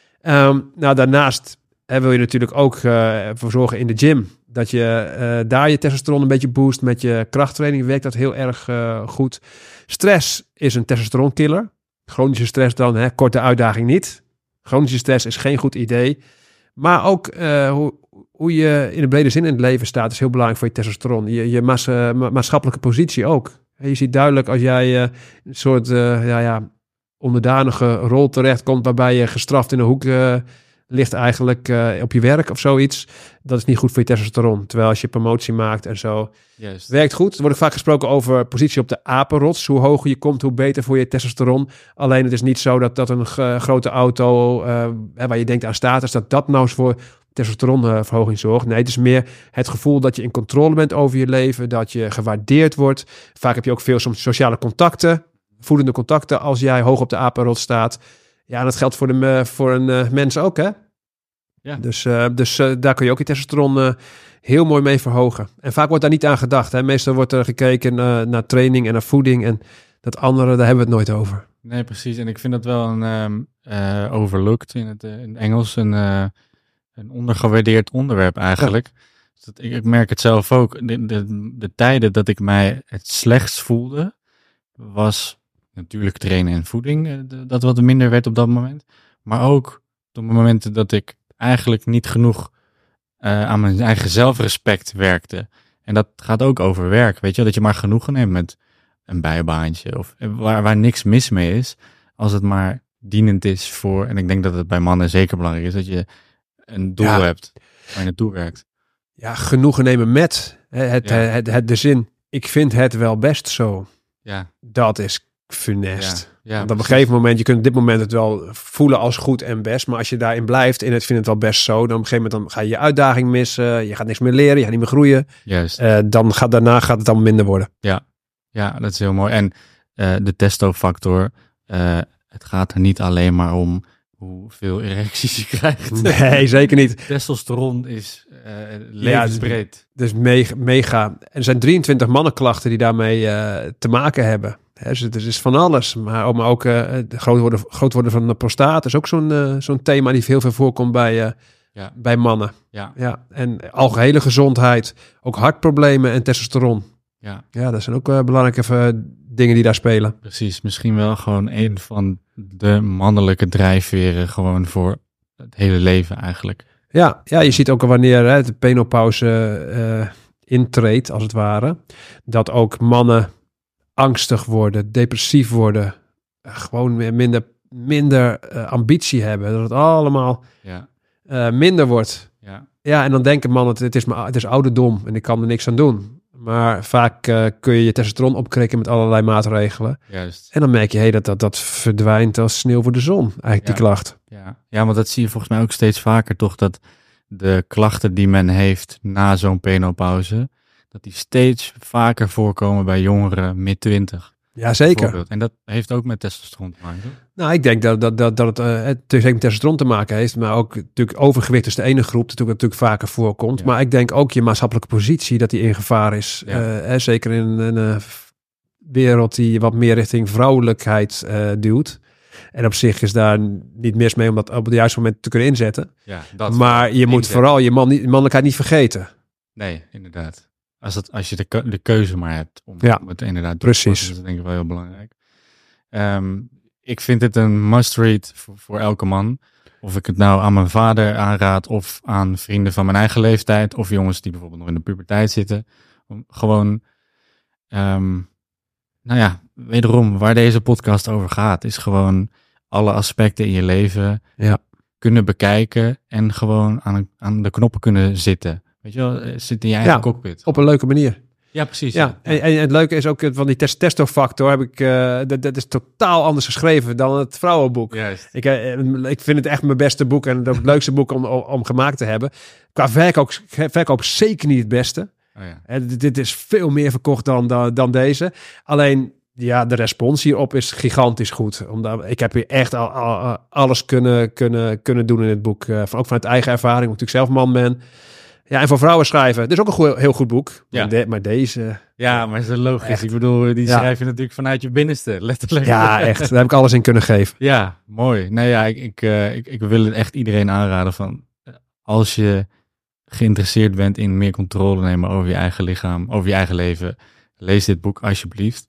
Daarnaast wil je natuurlijk ook voor zorgen in de gym dat je daar je testosteron een beetje boost. Met je krachttraining werkt dat heel erg goed. Stress is een testosteronkiller. Chronische stress dan, korte uitdaging niet. Chronische stress is geen goed idee. Maar ook hoe je in de brede zin in het leven staat is heel belangrijk voor je testosteron. Je maatschappelijke positie ook. Je ziet duidelijk als jij een soort onderdanige rol terechtkomt waarbij je gestraft in een hoek ligt eigenlijk op je werk of zoiets. Dat is niet goed voor je testosteron. Terwijl als je promotie maakt en zo, Juist. Werkt goed. Er wordt ook vaak gesproken over positie op de apenrots. Hoe hoger je komt, hoe beter voor je testosteron. Alleen het is niet zo dat een grote auto, waar je denkt aan status, dat nou eens voor testosteronverhoging zorgt. Nee, het is meer het gevoel dat je in controle bent over je leven, dat je gewaardeerd wordt. Vaak heb je ook veel soms sociale contacten, voedende contacten als jij hoog op de apenrots staat. Ja, en dat geldt voor een mens ook, hè? Ja. Dus daar kun je ook je testosteron heel mooi mee verhogen. En vaak wordt daar niet aan gedacht. Hè? Meestal wordt er gekeken naar training en naar voeding. En dat andere, daar hebben we het nooit over. Nee, precies. En ik vind dat wel een overlooked in het Engels. Een ondergewaardeerd onderwerp eigenlijk. Ja. Dus ik merk het zelf ook. De tijden dat ik mij het slechtst voelde, was natuurlijk trainen en voeding. Dat wat minder werd op dat moment. Maar ook op de momenten dat ik eigenlijk niet genoeg aan mijn eigen zelfrespect werkte. En dat gaat ook over werk, weet je, dat je maar genoegen neemt met een bijbaantje of waar niks mis mee is, als het maar dienend is voor, en ik denk dat het bij mannen zeker belangrijk is, dat je een doel hebt waar je naartoe werkt. Ja, genoegen nemen met de zin, ik vind het wel best zo. Ja. Dat is funest. Ja, want op een gegeven moment, je kunt op dit moment het wel voelen als goed en best, maar als je daarin blijft in het vind het wel best zo, dan op een gegeven moment dan ga je je uitdaging missen, je gaat niks meer leren, je gaat niet meer groeien. Juist. Daarna gaat het dan minder worden. Ja, dat is heel mooi. En de testofactor, het gaat er niet alleen maar om hoeveel erecties je krijgt. Nee, zeker niet. Testosteron is levensbreed. Dus mega. En er zijn 23 mannenklachten die daarmee te maken hebben. Dus het is van alles. Maar ook groot worden van de prostaat is ook zo'n thema die heel veel voorkomt bij mannen. Ja. En algehele gezondheid, ook hartproblemen en testosteron. Ja, dat zijn ook belangrijke dingen die daar spelen. Precies, misschien wel gewoon een van de mannelijke drijfveren gewoon voor het hele leven eigenlijk. Ja, je ziet ook wanneer de penopauze intreedt, als het ware, dat ook mannen angstig worden, depressief worden, gewoon minder ambitie hebben, dat het allemaal minder wordt. Ja, en dan denken mannen, het is ouderdom en ik kan er niks aan doen. Maar vaak kun je testosteron opkrikken met allerlei maatregelen. Juist. En dan merk je dat verdwijnt als sneeuw voor de zon, eigenlijk die klacht. Ja, want dat zie je volgens mij ook steeds vaker toch, dat de klachten die men heeft na zo'n penopauze, dat die steeds vaker voorkomen bij jongeren mid-20. Ja, zeker. En dat heeft ook met testosteron te maken, toch? Nou, ik denk dat het zeker met testosteron te maken heeft, maar ook natuurlijk overgewicht is de ene groep dat natuurlijk vaker voorkomt. Ja. Maar ik denk ook je maatschappelijke positie, dat die in gevaar is. Ja. Zeker in een wereld die wat meer richting vrouwelijkheid duwt. En op zich is daar niet mis mee om dat op het juiste moment te kunnen inzetten. Ja, maar je moet vooral je mannelijkheid niet vergeten. Nee, inderdaad. Als je de keuze maar hebt om het inderdaad precies. Dat is denk ik wel heel belangrijk. Ik vind het een must-read voor elke man. Of ik het nou aan mijn vader aanraad of aan vrienden van mijn eigen leeftijd of jongens die bijvoorbeeld nog in de puberteit zitten. Gewoon, wederom, waar deze podcast over gaat, is gewoon alle aspecten in je leven kunnen bekijken en gewoon aan de knoppen kunnen zitten. Weet je wel, zit in je eigen cockpit. Op een leuke manier. Ja, precies. Ja. En het leuke is ook van die testofactor heb ik, dat is totaal anders geschreven dan het vrouwenboek. Juist. Ik vind het echt mijn beste boek en het leukste boek om gemaakt te hebben. Qua verkoop zeker niet het beste. Oh ja. Dit is veel meer verkocht dan deze. Alleen, ja, de respons hierop is gigantisch goed. Ik heb hier echt alles kunnen doen in het boek. Ook vanuit eigen ervaring, omdat ik zelf man ben. Ja, en voor vrouwen schrijven. Dit is ook een heel goed boek. Ja. Maar deze... Ja, maar is logisch. Echt. Ik bedoel, die schrijf je natuurlijk vanuit je binnenste, letterlijk. Ja, echt. Daar heb ik alles in kunnen geven. Ja, mooi. Nee, ja, ik wil het echt iedereen aanraden van... Als je geïnteresseerd bent in meer controle nemen over je eigen lichaam, over je eigen leven, lees dit boek alsjeblieft.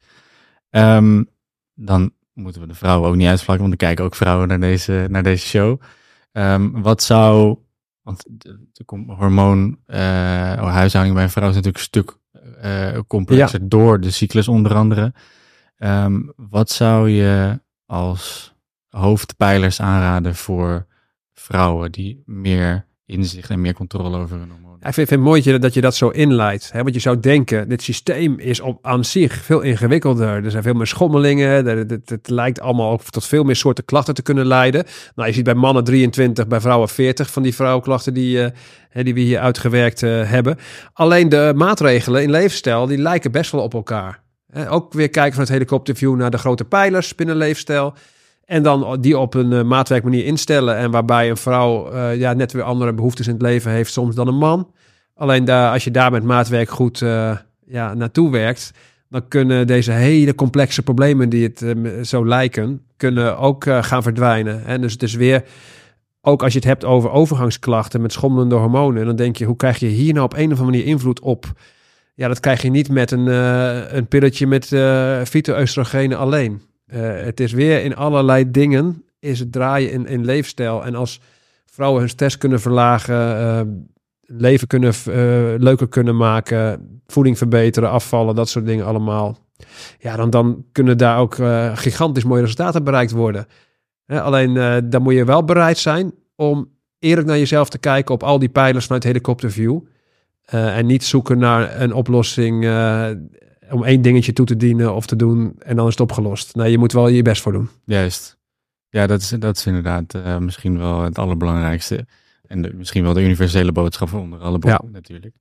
Dan moeten we de vrouwen ook niet uitvlakken, want er kijken ook vrouwen naar deze show. Wat zou... Want de huishouding bij een vrouw is natuurlijk een stuk complexer door de cyclus onder andere. Wat zou je als hoofdpijlers aanraden voor vrouwen die meer inzicht en meer controle over hun hormonen? Ik vind het mooi dat je dat zo inleidt. Hè? Want je zou denken, dit systeem is aan zich veel ingewikkelder. Er zijn veel meer schommelingen. Het lijkt allemaal ook tot veel meer soorten klachten te kunnen leiden. Nou, je ziet bij mannen 23, bij vrouwen 40 van die vrouwenklachten die we hier uitgewerkt hebben. Alleen de maatregelen in levensstijl, die lijken best wel op elkaar. Ook weer kijken van het helikopterview naar de grote pijlers binnen leefstijl. En dan die op een maatwerkmanier instellen. En waarbij een vrouw net weer andere behoeftes in het leven heeft soms dan een man. Alleen als je daar met maatwerk goed naartoe werkt, dan kunnen deze hele complexe problemen die het zo lijken, kunnen ook gaan verdwijnen. En dus het is weer, ook als je het hebt over overgangsklachten met schommelende hormonen, dan denk je, hoe krijg je hier nou op een of andere manier invloed op? Ja, dat krijg je niet met een pilletje met fyto-oestrogenen alleen. Het is weer in allerlei dingen is het draaien in leefstijl. En als vrouwen hun stress kunnen verlagen, leven kunnen leuker kunnen maken, voeding verbeteren, afvallen, dat soort dingen allemaal. Ja, dan kunnen daar ook gigantisch mooie resultaten bereikt worden. Alleen dan moet je wel bereid zijn om eerlijk naar jezelf te kijken op al die pijlers vanuit helikopterview. En niet zoeken naar een oplossing om één dingetje toe te dienen of te doen en dan is het opgelost. Nee, je moet wel je best voor doen. Juist. Ja, dat is inderdaad misschien wel het allerbelangrijkste. En misschien wel de universele boodschap onder alle boeken natuurlijk.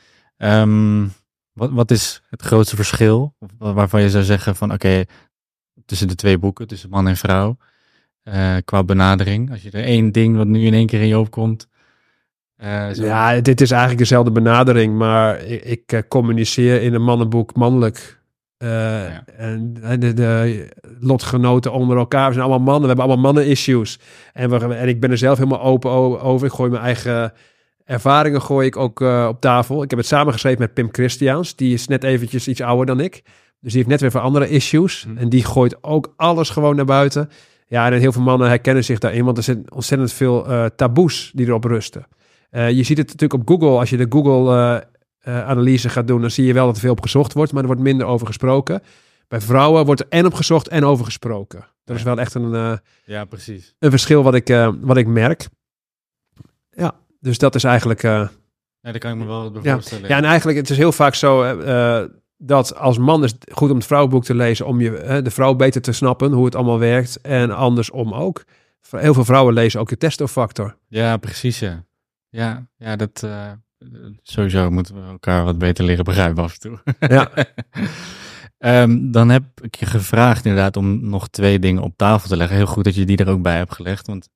Wat is het grootste verschil waarvan je zou zeggen van oké, tussen de twee boeken, tussen man en vrouw, qua benadering? Als je er één ding wat nu in één keer in je opkomt. Ja, dit is eigenlijk dezelfde benadering, maar ik communiceer in een mannenboek mannelijk. En de lotgenoten onder elkaar, we zijn allemaal mannen, we hebben allemaal mannen-issues. En ik ben er zelf helemaal open over. Ik gooi mijn eigen ervaringen ook op tafel. Ik heb het samengeschreven met Pim Christiaans, die is net eventjes iets ouder dan ik. Dus die heeft net weer voor andere issues. En die gooit ook alles gewoon naar buiten. Ja, en heel veel mannen herkennen zich daarin, want er zijn ontzettend veel taboes die erop rusten. Je ziet het natuurlijk op Google, als je de Google-analyse gaat doen, dan zie je wel dat er veel op gezocht wordt, maar er wordt minder over gesproken. Bij vrouwen wordt er en op gezocht en over gesproken. Dat is wel echt een verschil wat ik merk. Ja, dus dat is eigenlijk... Nee, dat kan ik me wel Ja. voorstellen. Ja, en eigenlijk, het is heel vaak zo dat als man is het goed om het vrouwenboek te lezen, om de vrouw beter te snappen, hoe het allemaal werkt. En andersom ook. Heel veel vrouwen lezen ook de testofactor. Ja, precies, ja. Ja, dat... sowieso moeten we elkaar wat beter leren begrijpen af en toe. Ja. Dan heb ik je gevraagd inderdaad om nog 2 dingen op tafel te leggen. Heel goed dat je die er ook bij hebt gelegd. Want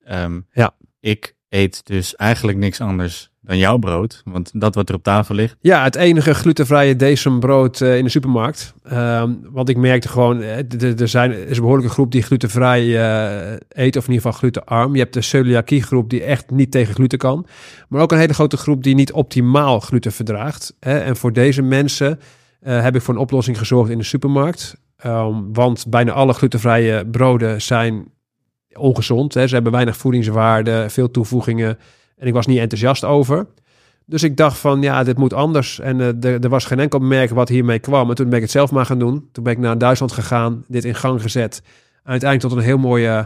ik eet dus eigenlijk niks anders dan jouw brood. Want dat wat er op tafel ligt. Ja, het enige glutenvrije decembrood in de supermarkt. Want ik merkte gewoon, er is een behoorlijke groep die glutenvrij eet. Of in ieder geval glutenarm. Je hebt de celiakie groep die echt niet tegen gluten kan. Maar ook een hele grote groep die niet optimaal gluten verdraagt. En voor deze mensen heb ik voor een oplossing gezorgd in de supermarkt. Want bijna alle glutenvrije broden zijn ongezond. Ze hebben weinig voedingswaarde, veel toevoegingen. En ik was niet enthousiast over. Dus ik dacht van, ja, dit moet anders. En er was geen enkel merk wat hiermee kwam. En toen ben ik het zelf maar gaan doen. Toen ben ik naar Duitsland gegaan, dit in gang gezet. Uiteindelijk tot een heel mooi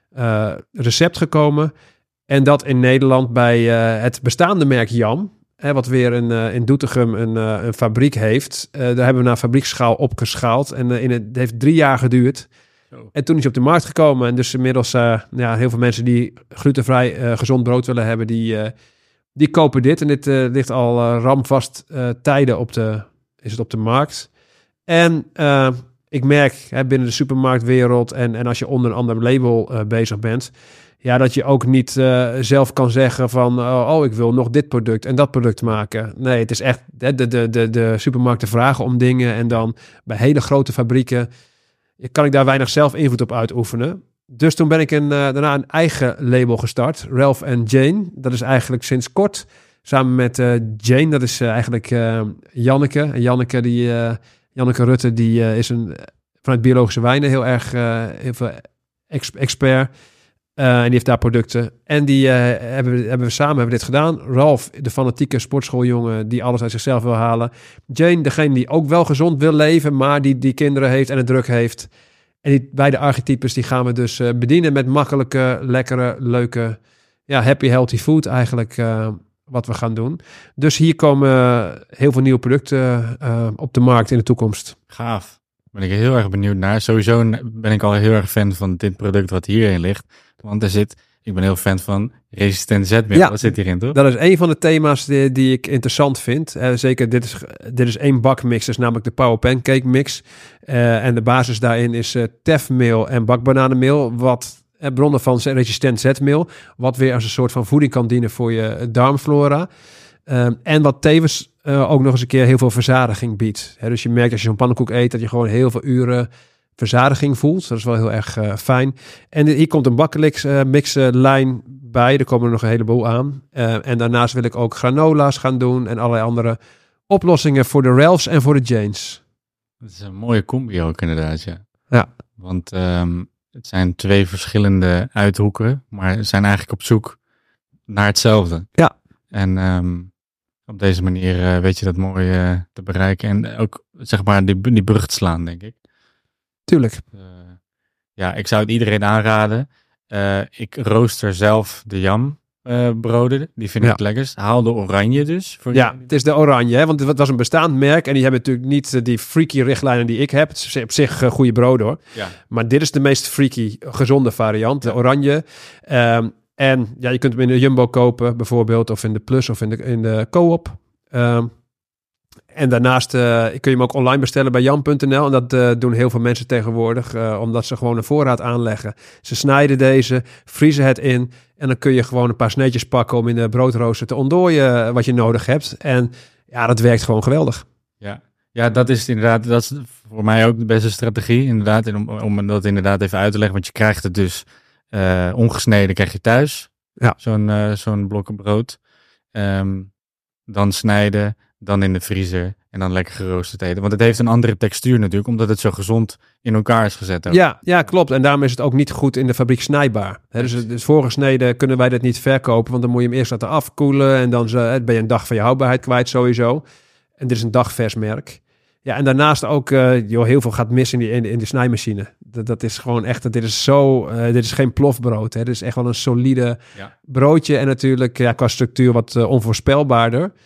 recept gekomen. En dat in Nederland bij het bestaande merk Jam. Wat weer in Doetinchem een fabriek heeft. Daar hebben we naar fabrieksschaal opgeschaald. En het heeft 3 jaar geduurd. En toen is hij op de markt gekomen. En dus inmiddels heel veel mensen die glutenvrij gezond brood willen hebben, die kopen dit. En dit ligt al ramvast tijden op de markt. En ik merk binnen de supermarktwereld en als je onder een ander label bezig bent, ja, dat je ook niet zelf kan zeggen van, ik wil nog dit product en dat product maken. Nee, het is echt de supermarkten vragen om dingen. En dan bij hele grote fabrieken kan ik daar weinig zelf invloed op uitoefenen. Dus toen ben ik daarna een eigen label gestart. Ralph & Jane. Dat is eigenlijk sinds kort. Samen met Jane. Dat is eigenlijk Janneke. En Janneke Rutte, die is vanuit biologische wijnen heel veel expert. En die heeft daar producten. En die hebben we samen dit gedaan. Ralph, de fanatieke sportschooljongen die alles uit zichzelf wil halen. Jane, degene die ook wel gezond wil leven, maar die kinderen heeft en het druk heeft. En die beide archetypes die gaan we dus bedienen met makkelijke, lekkere, leuke, happy, healthy food eigenlijk wat we gaan doen. Dus hier komen heel veel nieuwe producten op de markt in de toekomst. Gaaf. Ben ik heel erg benieuwd naar. Sowieso ben ik al heel erg fan van dit product wat hierin ligt. Want ik ben heel fan van resistent zetmeel. Ja, wat zit hierin, toch? Dat is een van de thema's die ik interessant vind. Zeker, dit is 1 bakmix, dus namelijk de Power Pancake mix. En de basis daarin is tefmeel en bakbananenmeel, wat bronnen van resistent zetmeel, wat weer als een soort van voeding kan dienen voor je darmflora. En wat tevens ook nog eens een keer heel veel verzadiging biedt. Dus je merkt als je zo'n pannenkoek eet, dat je gewoon heel veel uren verzadiging voelt. Dat is wel heel erg fijn. En hier komt een bakmixlijn bij. Er komen er nog een heleboel aan. En daarnaast wil ik ook granola's gaan doen en allerlei andere oplossingen voor de Ralphs en voor de Janes. Dat is een mooie combi ook inderdaad, ja. Ja. Want het zijn 2 verschillende uithoeken, maar ze zijn eigenlijk op zoek naar hetzelfde. Ja. En op deze manier weet je dat mooi te bereiken en ook zeg maar die brug te slaan, denk ik. Tuurlijk. Ik zou het iedereen aanraden. Ik rooster zelf de Jam broden. Die vind ik het lekkerst. Haal de oranje dus. Het is de oranje. Hè? Want het was een bestaand merk. En die hebben natuurlijk niet die freaky richtlijnen die ik heb. Het is op zich goede broden hoor. Ja. Maar dit is de meest freaky, gezonde variant. De oranje. En je kunt hem in de Jumbo kopen bijvoorbeeld. Of in de Plus of in de Co-op. En daarnaast kun je hem ook online bestellen bij jan.nl. En dat doen heel veel mensen tegenwoordig. Omdat ze gewoon een voorraad aanleggen. Ze snijden deze, vriezen het in. En dan kun je gewoon een paar sneetjes pakken om in de broodrooster te ontdooien wat je nodig hebt. En dat werkt gewoon geweldig. Ja, dat is inderdaad, dat is voor mij ook de beste strategie. Inderdaad, om dat inderdaad even uit te leggen. Want je krijgt het dus ongesneden krijg je thuis. Ja. Zo'n blokken brood. Dan snijden. Dan in de vriezer en dan lekker geroosterd eten. Want het heeft een andere textuur natuurlijk, omdat het zo gezond in elkaar is gezet. Ook. Ja, klopt. En daarom is het ook niet goed in de fabriek snijbaar. Dus voorgesneden kunnen wij dat niet verkopen, want dan moet je hem eerst laten afkoelen en dan ben je een dag van je houdbaarheid kwijt sowieso. En dit is een dagvers merk. Ja, en daarnaast ook, heel veel gaat mis in de snijmachine. Dat is gewoon echt, dit is geen plofbrood. Hè. Dit is echt wel een solide broodje en natuurlijk qua structuur wat onvoorspelbaarder.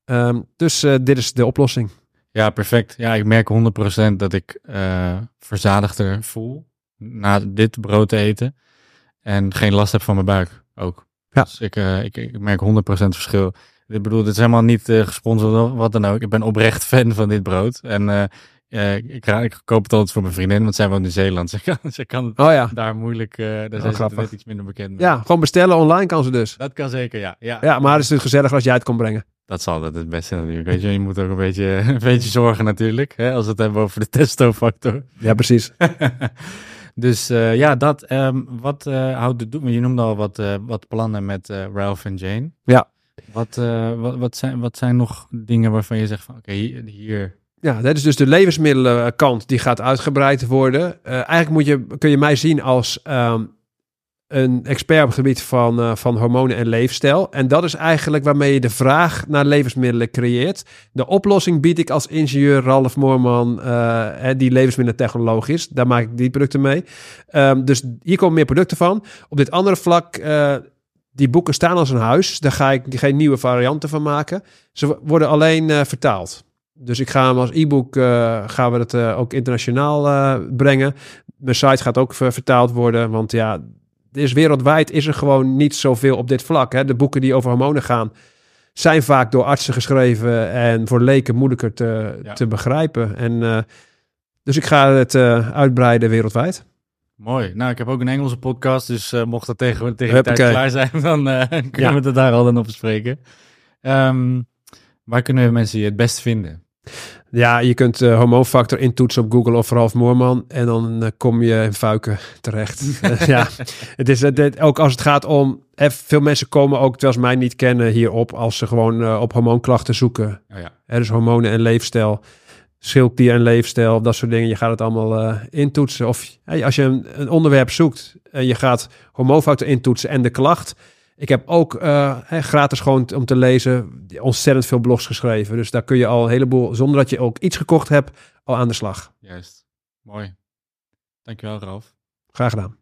Dus dit is de oplossing. Ja, perfect. Ja, ik merk 100% dat ik verzadigder voel na dit brood te eten. En geen last heb van mijn buik ook. Ja. Dus ik merk 100% verschil. Ik bedoel, dit is helemaal niet gesponsord of wat dan ook. Ik ben oprecht fan van dit brood. En ik koop het altijd voor mijn vriendin, want zij woont in Zeeland. Ze kan daar moeilijk, daar zijn ze net iets minder bekend mee. Ja, gewoon bestellen online kan ze dus. Dat kan zeker, ja. Ja, maar het is natuurlijk gezellig als jij het kon brengen. Dat is altijd het beste natuurlijk. Weet je moet ook een beetje zorgen natuurlijk, hè, als we het hebben over de testofactor. Ja, precies. Dus dat. Wat houdt het doen? Je noemde al wat plannen met Ralph en Jane. Ja. Wat zijn nog dingen waarvan je zegt van oké, hier... Ja, dat is dus de levensmiddelenkant die gaat uitgebreid worden. Eigenlijk kun je mij zien als een expert op het gebied van hormonen en leefstijl. En dat is eigenlijk waarmee je de vraag naar levensmiddelen creëert. De oplossing bied ik als ingenieur Ralf Moorman, die levensmiddelentechnoloog is. Daar maak ik die producten mee. Dus hier komen meer producten van. Op dit andere vlak, die boeken staan als een huis. Daar ga ik geen nieuwe varianten van maken. Ze worden alleen vertaald. Dus ik ga hem als e-book, gaan we het ook internationaal brengen. Mijn site gaat ook vertaald worden, want ja, wereldwijd is er gewoon niet zoveel op dit vlak. Hè. De boeken die over hormonen gaan, zijn vaak door artsen geschreven en voor leken moeilijker te begrijpen. En dus ik ga het uitbreiden wereldwijd. Mooi. Nou, ik heb ook een Engelse podcast, dus mocht dat tegen de tijd klaar zijn, dan kunnen we het daar al dan op bespreken. Waar kunnen mensen je het best vinden? Ja, je kunt hormoonfactor intoetsen op Google of Ralf Moorman en dan kom je in Fuiken terecht. Ja, het is ook als het gaat om... veel mensen komen ook, terwijl ze mij niet kennen, hierop als ze gewoon op hormoonklachten zoeken. Oh ja. Dus hormonen en leefstijl, schildklier en leefstijl, dat soort dingen. Je gaat het allemaal intoetsen. Of als je een onderwerp zoekt en je gaat hormoonfactor intoetsen en de klacht... Ik heb ook gratis gewoon om te lezen ontzettend veel blogs geschreven. Dus daar kun je al een heleboel, zonder dat je ook iets gekocht hebt, al aan de slag. Juist. Mooi. Dankjewel, Ralf. Graag gedaan.